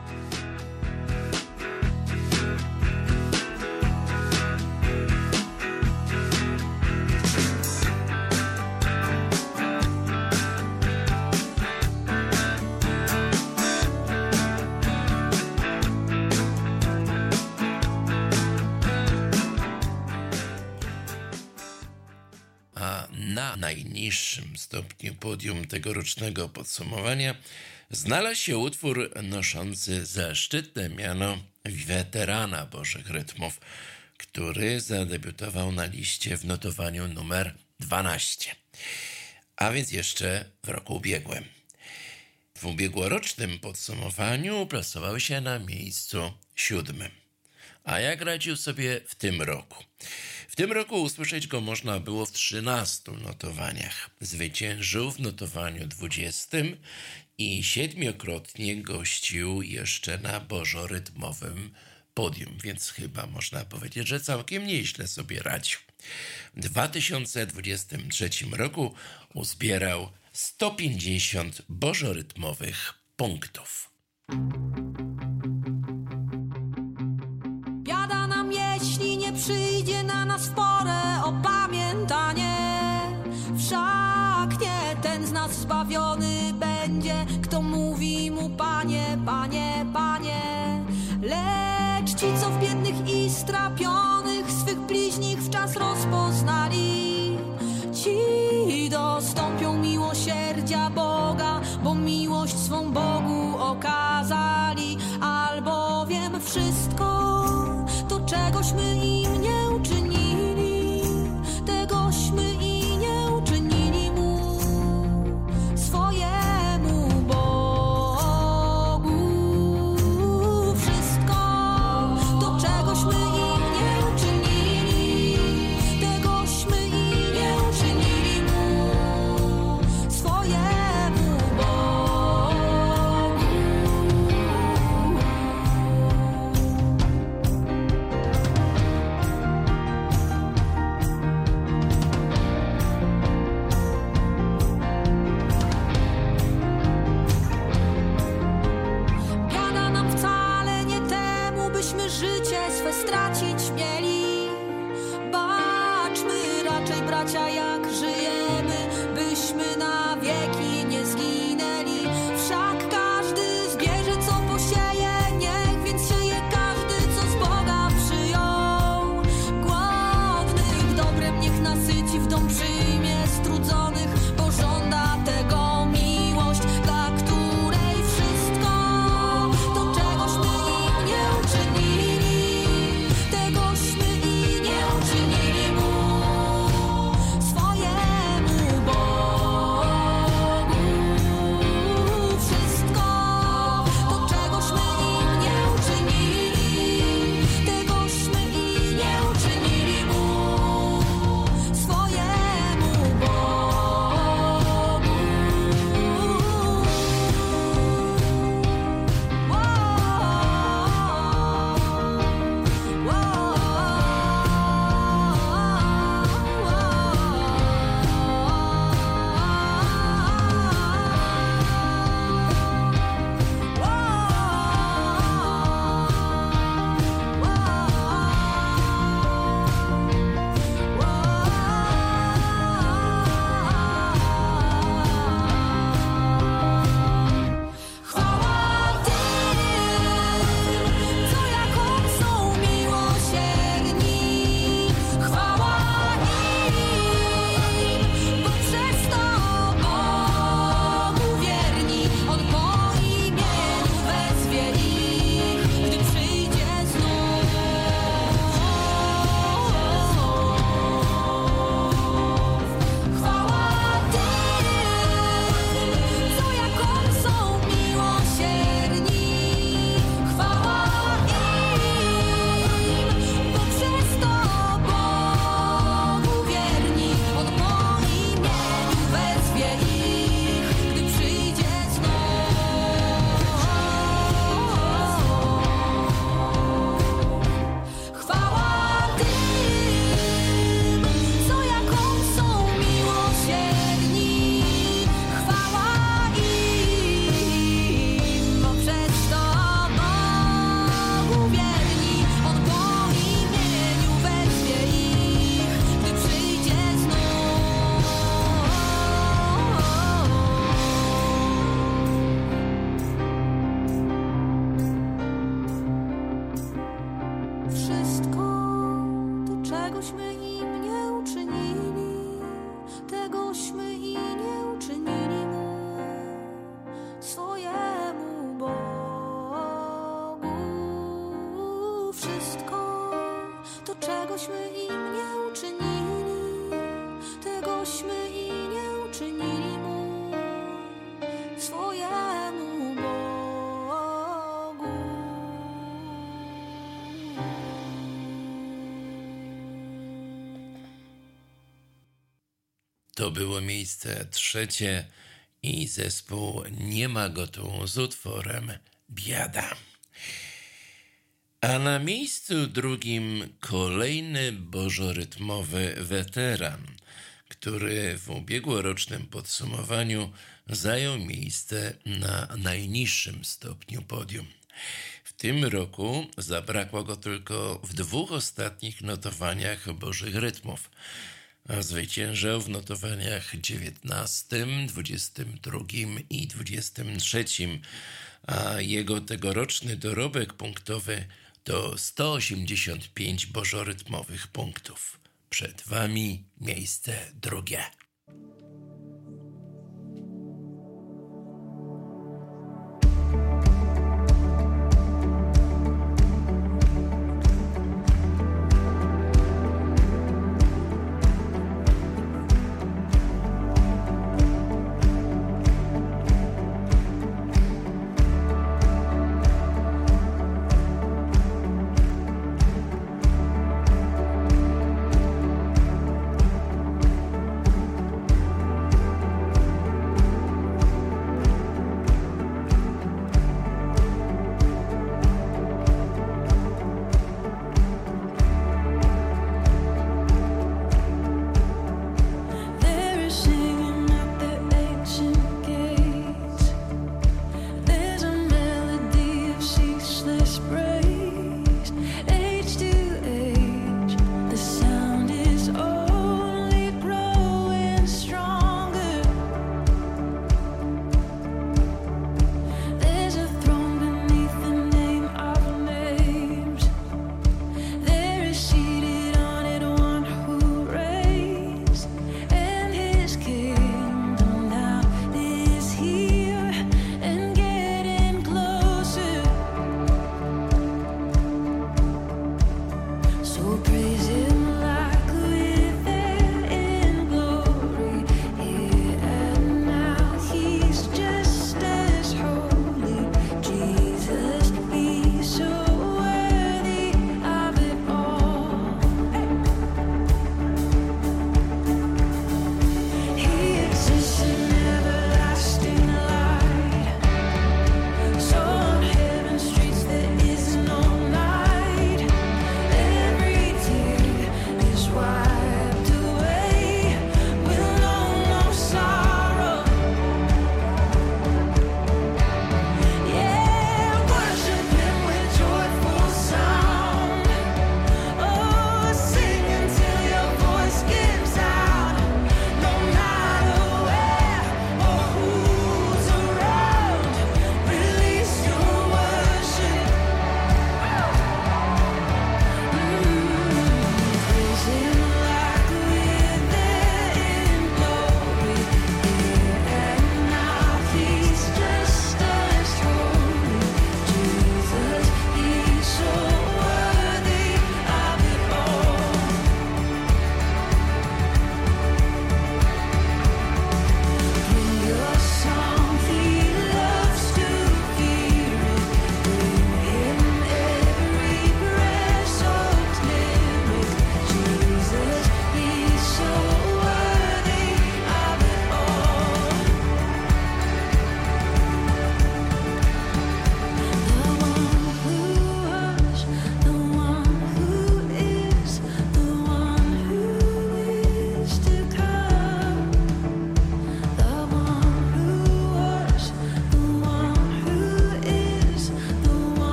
Na najniższym stopniu podium tegorocznego podsumowania znalazł się utwór noszący zaszczytne miano weterana Bożych Rytmów, który zadebiutował na liście w notowaniu numer 12, a więc jeszcze w roku ubiegłym. W ubiegłorocznym podsumowaniu plasował się na miejscu 7. A jak radził sobie w tym roku? W tym roku usłyszeć go można było w 13 notowaniach. Zwyciężył w notowaniu 20 i 7-krotnie gościł jeszcze na bożorytmowym podium, więc chyba można powiedzieć, że całkiem nieźle sobie radził. W 2023 roku uzbierał 150 bożorytmowych punktów. Biada nam, jeśli nie przyjdzie na nas w porę opamiętanie. Wszak nie ten z nas zbawiony będzie, kto mówi mu Panie, Panie, Panie. Lecz ci, co w biednych i strapionych swych bliźnich wczas rozpoznali, ci dostąpią miłosierdzia Boga, bo miłość swą Bogu okazali. Albowiem wszystko to, czegośmy im nie uczynili, tegośmy i nie uczynili mu, swojemu Bogu. Wszystko to, czegośmy im nie uczynili, tegośmy i nie uczynili mu, swojemu Bogu. Biada nam wcale nie temu, byśmy życie swe stracić mieli. Baczmy raczej, bracia, jak żyjemy, byśmy na wieki nie zginęli. Wszak każdy zbierze, co posieje, niech więc sieje każdy, co z Boga przyjął. Głodnych dobrem niech nasyci, w dom przyjmie strudzonych, bo żąda tego miłość, dla której wszystko to, czegośmy im nie uczynili, tego czegośmy im nie uczynili, tegośmy i nie uczynili mu, swojemu Bogu. To było miejsce trzecie i zespół Nie ma go tu z utworem Biada. A na miejscu drugim kolejny bożorytmowy weteran, który w ubiegłorocznym podsumowaniu zajął miejsce na najniższym stopniu podium. W tym roku zabrakło go tylko w 2 ostatnich notowaniach bożych rytmów, a zwyciężał w notowaniach 19, 22 i 23, a jego tegoroczny dorobek punktowy to 185 bożorytmowych punktów. Przed wami miejsce drugie.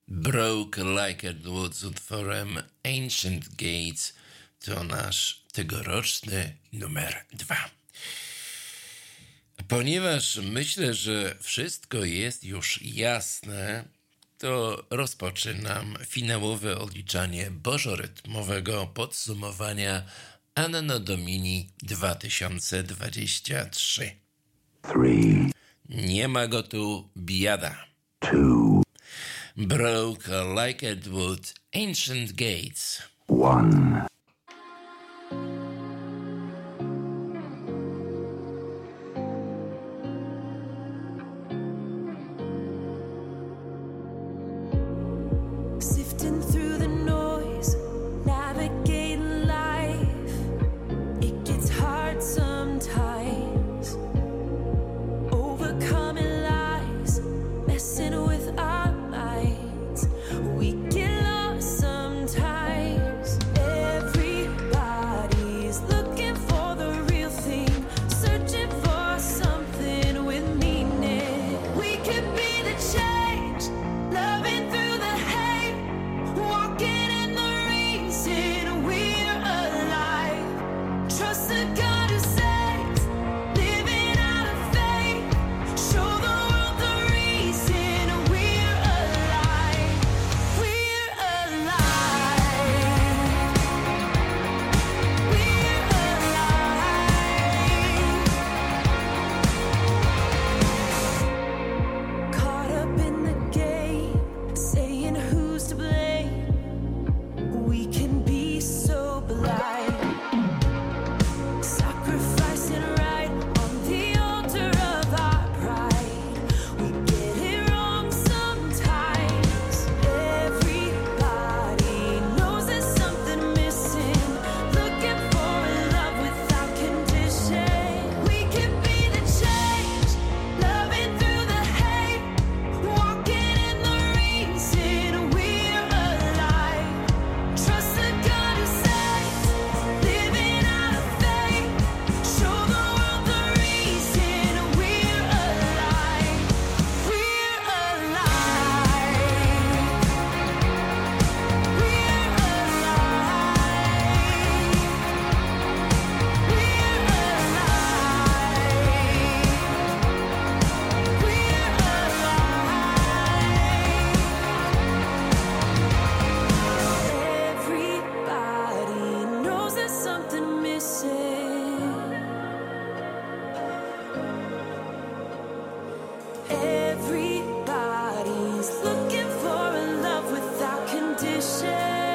Broke Like a Wood z utworem Ancient Gates to nasz tegoroczny numer 2. Ponieważ myślę, że wszystko jest już jasne, to rozpoczynam finałowe odliczanie bożorytmowego podsumowania Anno Domini 2023. 3, Nie ma go tu, biada. 2, Broke Like a Wood, Ancient Gates. 1. Sifting through the noise, navigating life. It gets hard sometimes. Overcoming lies, messing with our minds. We get lost sometimes. Everybody's looking for the real thing, searching for something with meaning. We could be the change, loving through the hate, walking in the reason we're alive. Trust the God who saves, living out of faith. Show the world the reason we're alive. We're alive. We're alive. Caught up in the game, saying who's to blame. We can be so blind, sacrificing right on the altar of our pride. We get it wrong sometimes. Everybody knows there's something missing, looking for a love without condition. We can be the change, loving through the hate, walking in the reason we're alive. Trust the God who saves, living out of faith. Show the world the reason we're alive. We're alive. We're Everybody knows there's something missing. Everybody's looking for a love without condition.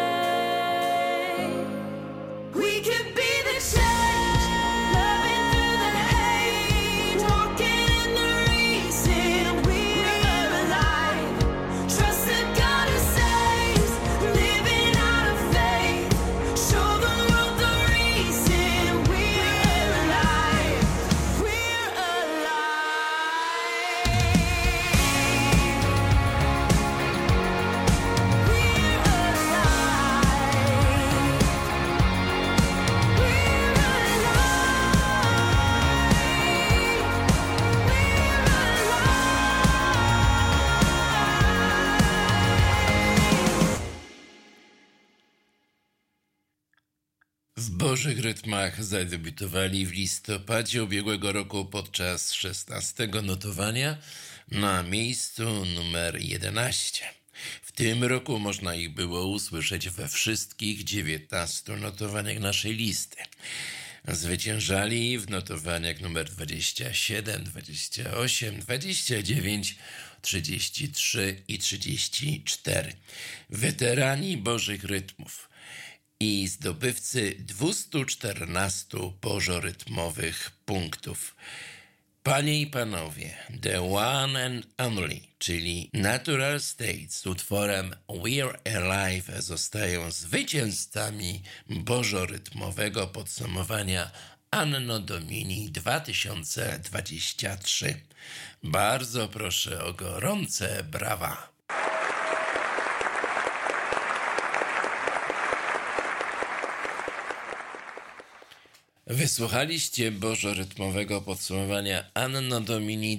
We could be the change, loving through the hate, walking in the reason we're alive. Trust the God who saves, living out of faith. Show the world the reason we're alive. We're alive. W Bożych Rytmach zadebiutowali w listopadzie ubiegłego roku podczas 16. notowania na miejscu numer 11. W tym roku można ich było usłyszeć we wszystkich 19 notowaniach naszej listy. Zwyciężali w notowaniach numer 27, 28, 29, 33 i 34. Weterani Bożych Rytmów i zdobywcy 214 bożorytmowych punktów. Panie i panowie, The One and Only, czyli Natural State z utworem We're Alive zostają zwycięzcami bożorytmowego podsumowania Anno Domini 2023. Bardzo proszę o gorące brawa. Wysłuchaliście bożorytmowego podsumowania Anno Domini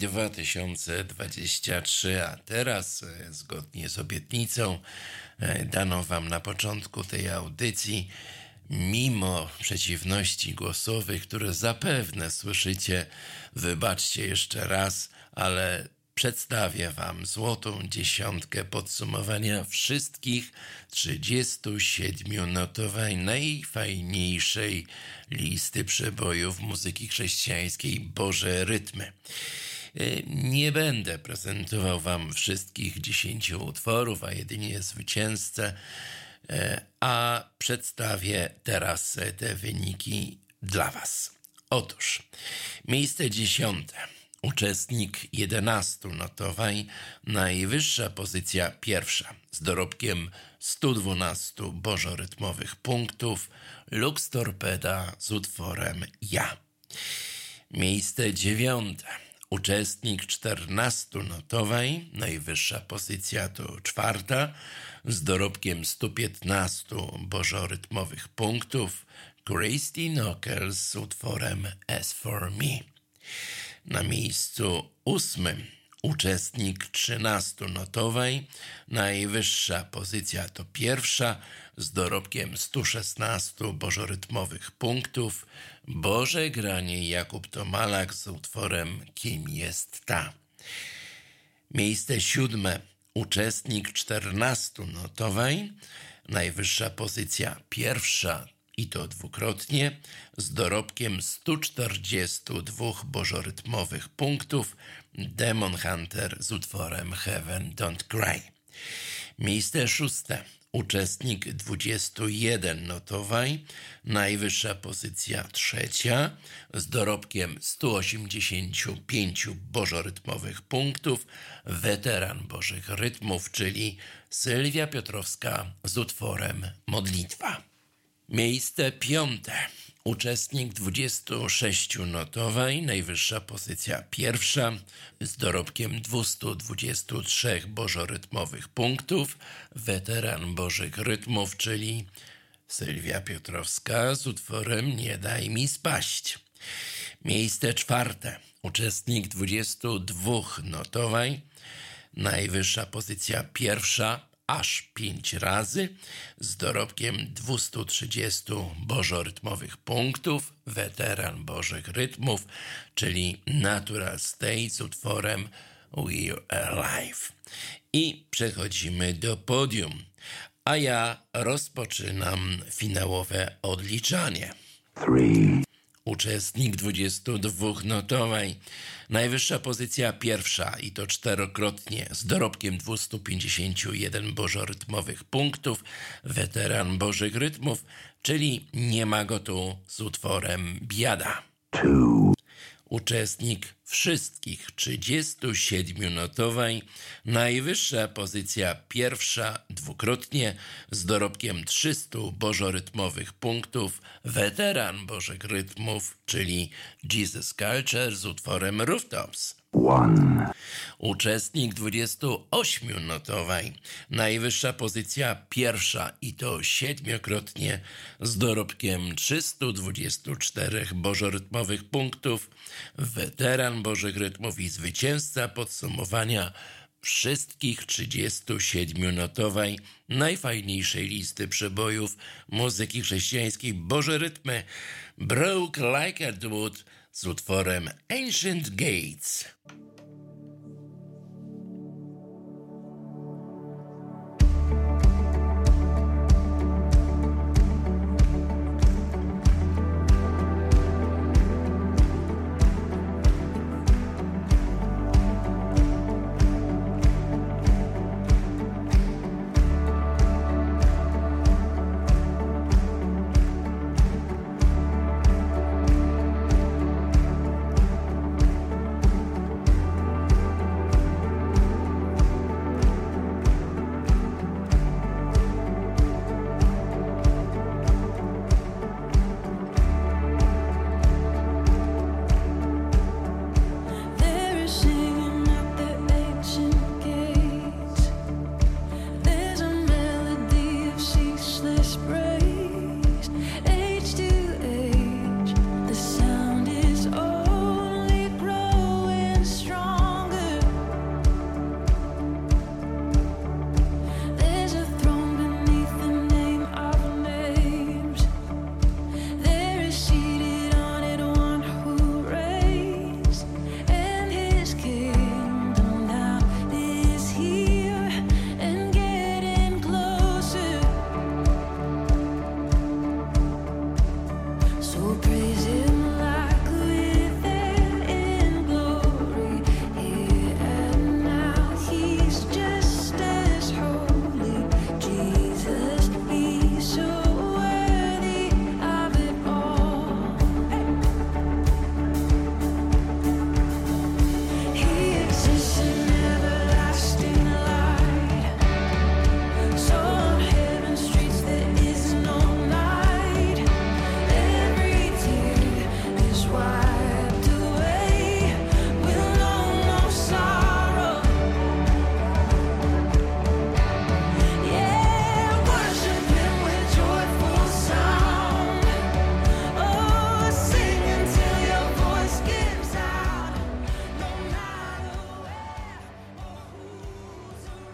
2023, a teraz, zgodnie z obietnicą daną wam na początku tej audycji, mimo przeciwności głosowych, które zapewne słyszycie, wybaczcie jeszcze raz, ale przedstawię wam złotą dziesiątkę podsumowania wszystkich 37 notowań najfajniejszej listy przebojów muzyki chrześcijańskiej Boże Rytmy. Nie będę prezentował wam wszystkich 10 utworów, a jedynie zwycięzcę, a przedstawię teraz te wyniki dla was. Otóż, miejsce 10. Uczestnik 11 notowań, najwyższa pozycja pierwsza z dorobkiem 112 bożorytmowych punktów, Lux Torpeda z utworem Ja. Miejsce 9. Uczestnik 14 notowań, najwyższa pozycja to czwarta, z dorobkiem 115 bożorytmowych punktów, Christy Knockers z utworem As For Me. Na miejscu 8. Uczestnik 13 notowań, najwyższa pozycja to pierwsza, z dorobkiem 116 bożorytmowych punktów, Boże granie Jakub Tomalak z utworem Kim jest ta. Miejsce 7. Uczestnik 14 notowań, najwyższa pozycja pierwsza i to dwukrotnie, z dorobkiem 142 bożorytmowych punktów, Demon Hunter z utworem Heaven Don't Cry. Miejsce 6. Uczestnik 21 notowań, najwyższa pozycja trzecia, z dorobkiem 185 bożorytmowych punktów, weteran Bożych Rytmów, czyli Sylwia Piotrowska z utworem Modlitwa. Miejsce 5. Uczestnik 26 notowań, najwyższa pozycja pierwsza, z dorobkiem 223 bożorytmowych punktów, weteran Bożych Rytmów, czyli Sylwia Piotrowska z utworem Nie daj mi spaść. Miejsce 4. Uczestnik 22 notowań, najwyższa pozycja pierwsza, aż 5 razy, z dorobkiem 230 bożorytmowych punktów, weteran Bożych Rytmów, czyli Natural State z utworem We're Alive. I przechodzimy do podium, a ja rozpoczynam finałowe odliczanie. 3, Uczestnik 22 notowań, najwyższa pozycja pierwsza i to czterokrotnie, z dorobkiem 251 bożorytmowych punktów, weteran Bożych Rytmów, czyli nie ma go tu z utworem Biada. 2, Uczestnik wszystkich 37 notowań, najwyższa pozycja pierwsza dwukrotnie, z dorobkiem 300 bożorytmowych punktów, weteran Bożych Rytmów, czyli Jesus Culture z utworem Rooftops. 1, Uczestnik 28 notowań, najwyższa pozycja pierwsza i to 7-krotnie, z dorobkiem 324 bożorytmowych punktów, weteran Bożych Rytmów i zwycięzca podsumowania wszystkich 37 notowań najfajniejszej listy przebojów muzyki chrześcijańskiej Boże Rytmy, Broke Like a Wood z utworem Ancient Gates.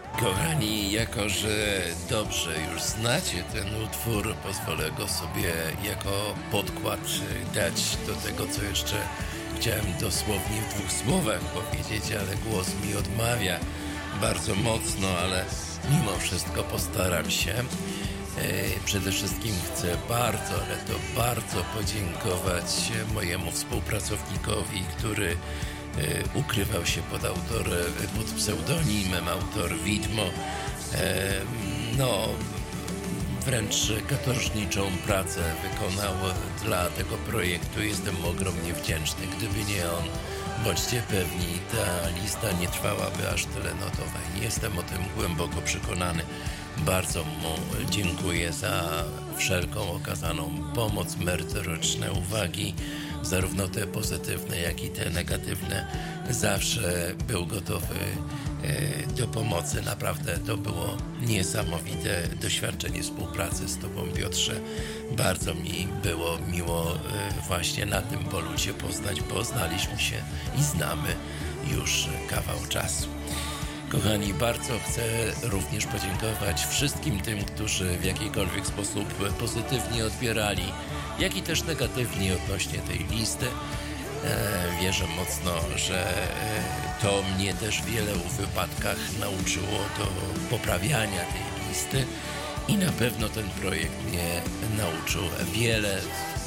Kochani, jako że dobrze już znacie ten utwór, pozwolę go sobie jako podkład dać do tego, co jeszcze chciałem dosłownie w 2 słowach powiedzieć, ale głos mi odmawia bardzo mocno, ale mimo wszystko postaram się. Przede wszystkim chcę bardzo, ale to bardzo podziękować mojemu współpracownikowi, który ukrywał się pod pseudonimem autor Widmo. Wręcz katorżniczą pracę wykonał dla tego projektu. Jestem mu ogromnie wdzięczny. Gdyby nie on, bądźcie pewni, ta lista nie trwałaby aż tyle notowań. Jestem o tym głęboko przekonany. Bardzo mu dziękuję za wszelką okazaną pomoc, merytoryczne uwagi, zarówno te pozytywne, jak i te negatywne. Zawsze był gotowy do pomocy. Naprawdę to było niesamowite doświadczenie współpracy z Tobą, Piotrze. Bardzo mi było miło właśnie na tym polu Cię poznać, bo znaliśmy się i znamy już kawał czasu. Kochani, bardzo chcę również podziękować wszystkim tym, którzy w jakikolwiek sposób pozytywnie odbierali, jak i też negatywnie odnośnie tej listy. Wierzę mocno, że to mnie też w wielu wypadkach nauczyło do poprawiania tej listy i na pewno ten projekt mnie nauczył wiele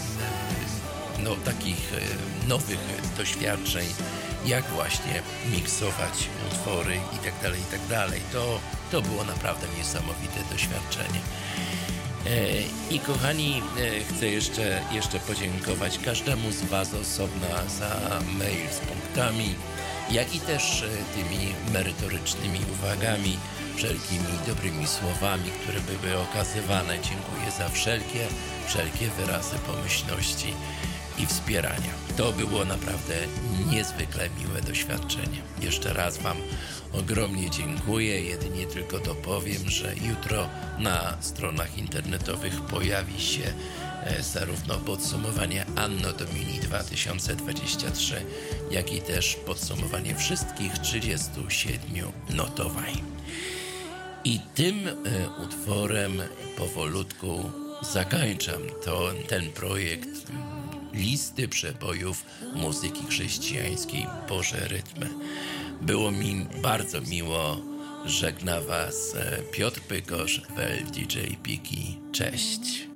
takich nowych doświadczeń, jak właśnie miksować utwory i tak dalej. To było naprawdę niesamowite doświadczenie. I kochani, chcę jeszcze podziękować każdemu z Was osobna za mail z punktami, jak i też tymi merytorycznymi uwagami, wszelkimi dobrymi słowami, które były okazywane. Dziękuję za wszelkie wyrazy pomyślności i wspierania. To było naprawdę niezwykle miłe doświadczenie. Jeszcze raz Wam ogromnie dziękuję. Jedynie tylko dopowiem, że jutro na stronach internetowych pojawi się zarówno podsumowanie Anno Domini 2023, jak i też podsumowanie wszystkich 37 notowań. I tym utworem powolutku zakończam ten projekt listy przebojów muzyki chrześcijańskiej Boże Rytmy. Było mi bardzo miło. Żegna Was Piotr Pykosz, DJ Piki. Cześć.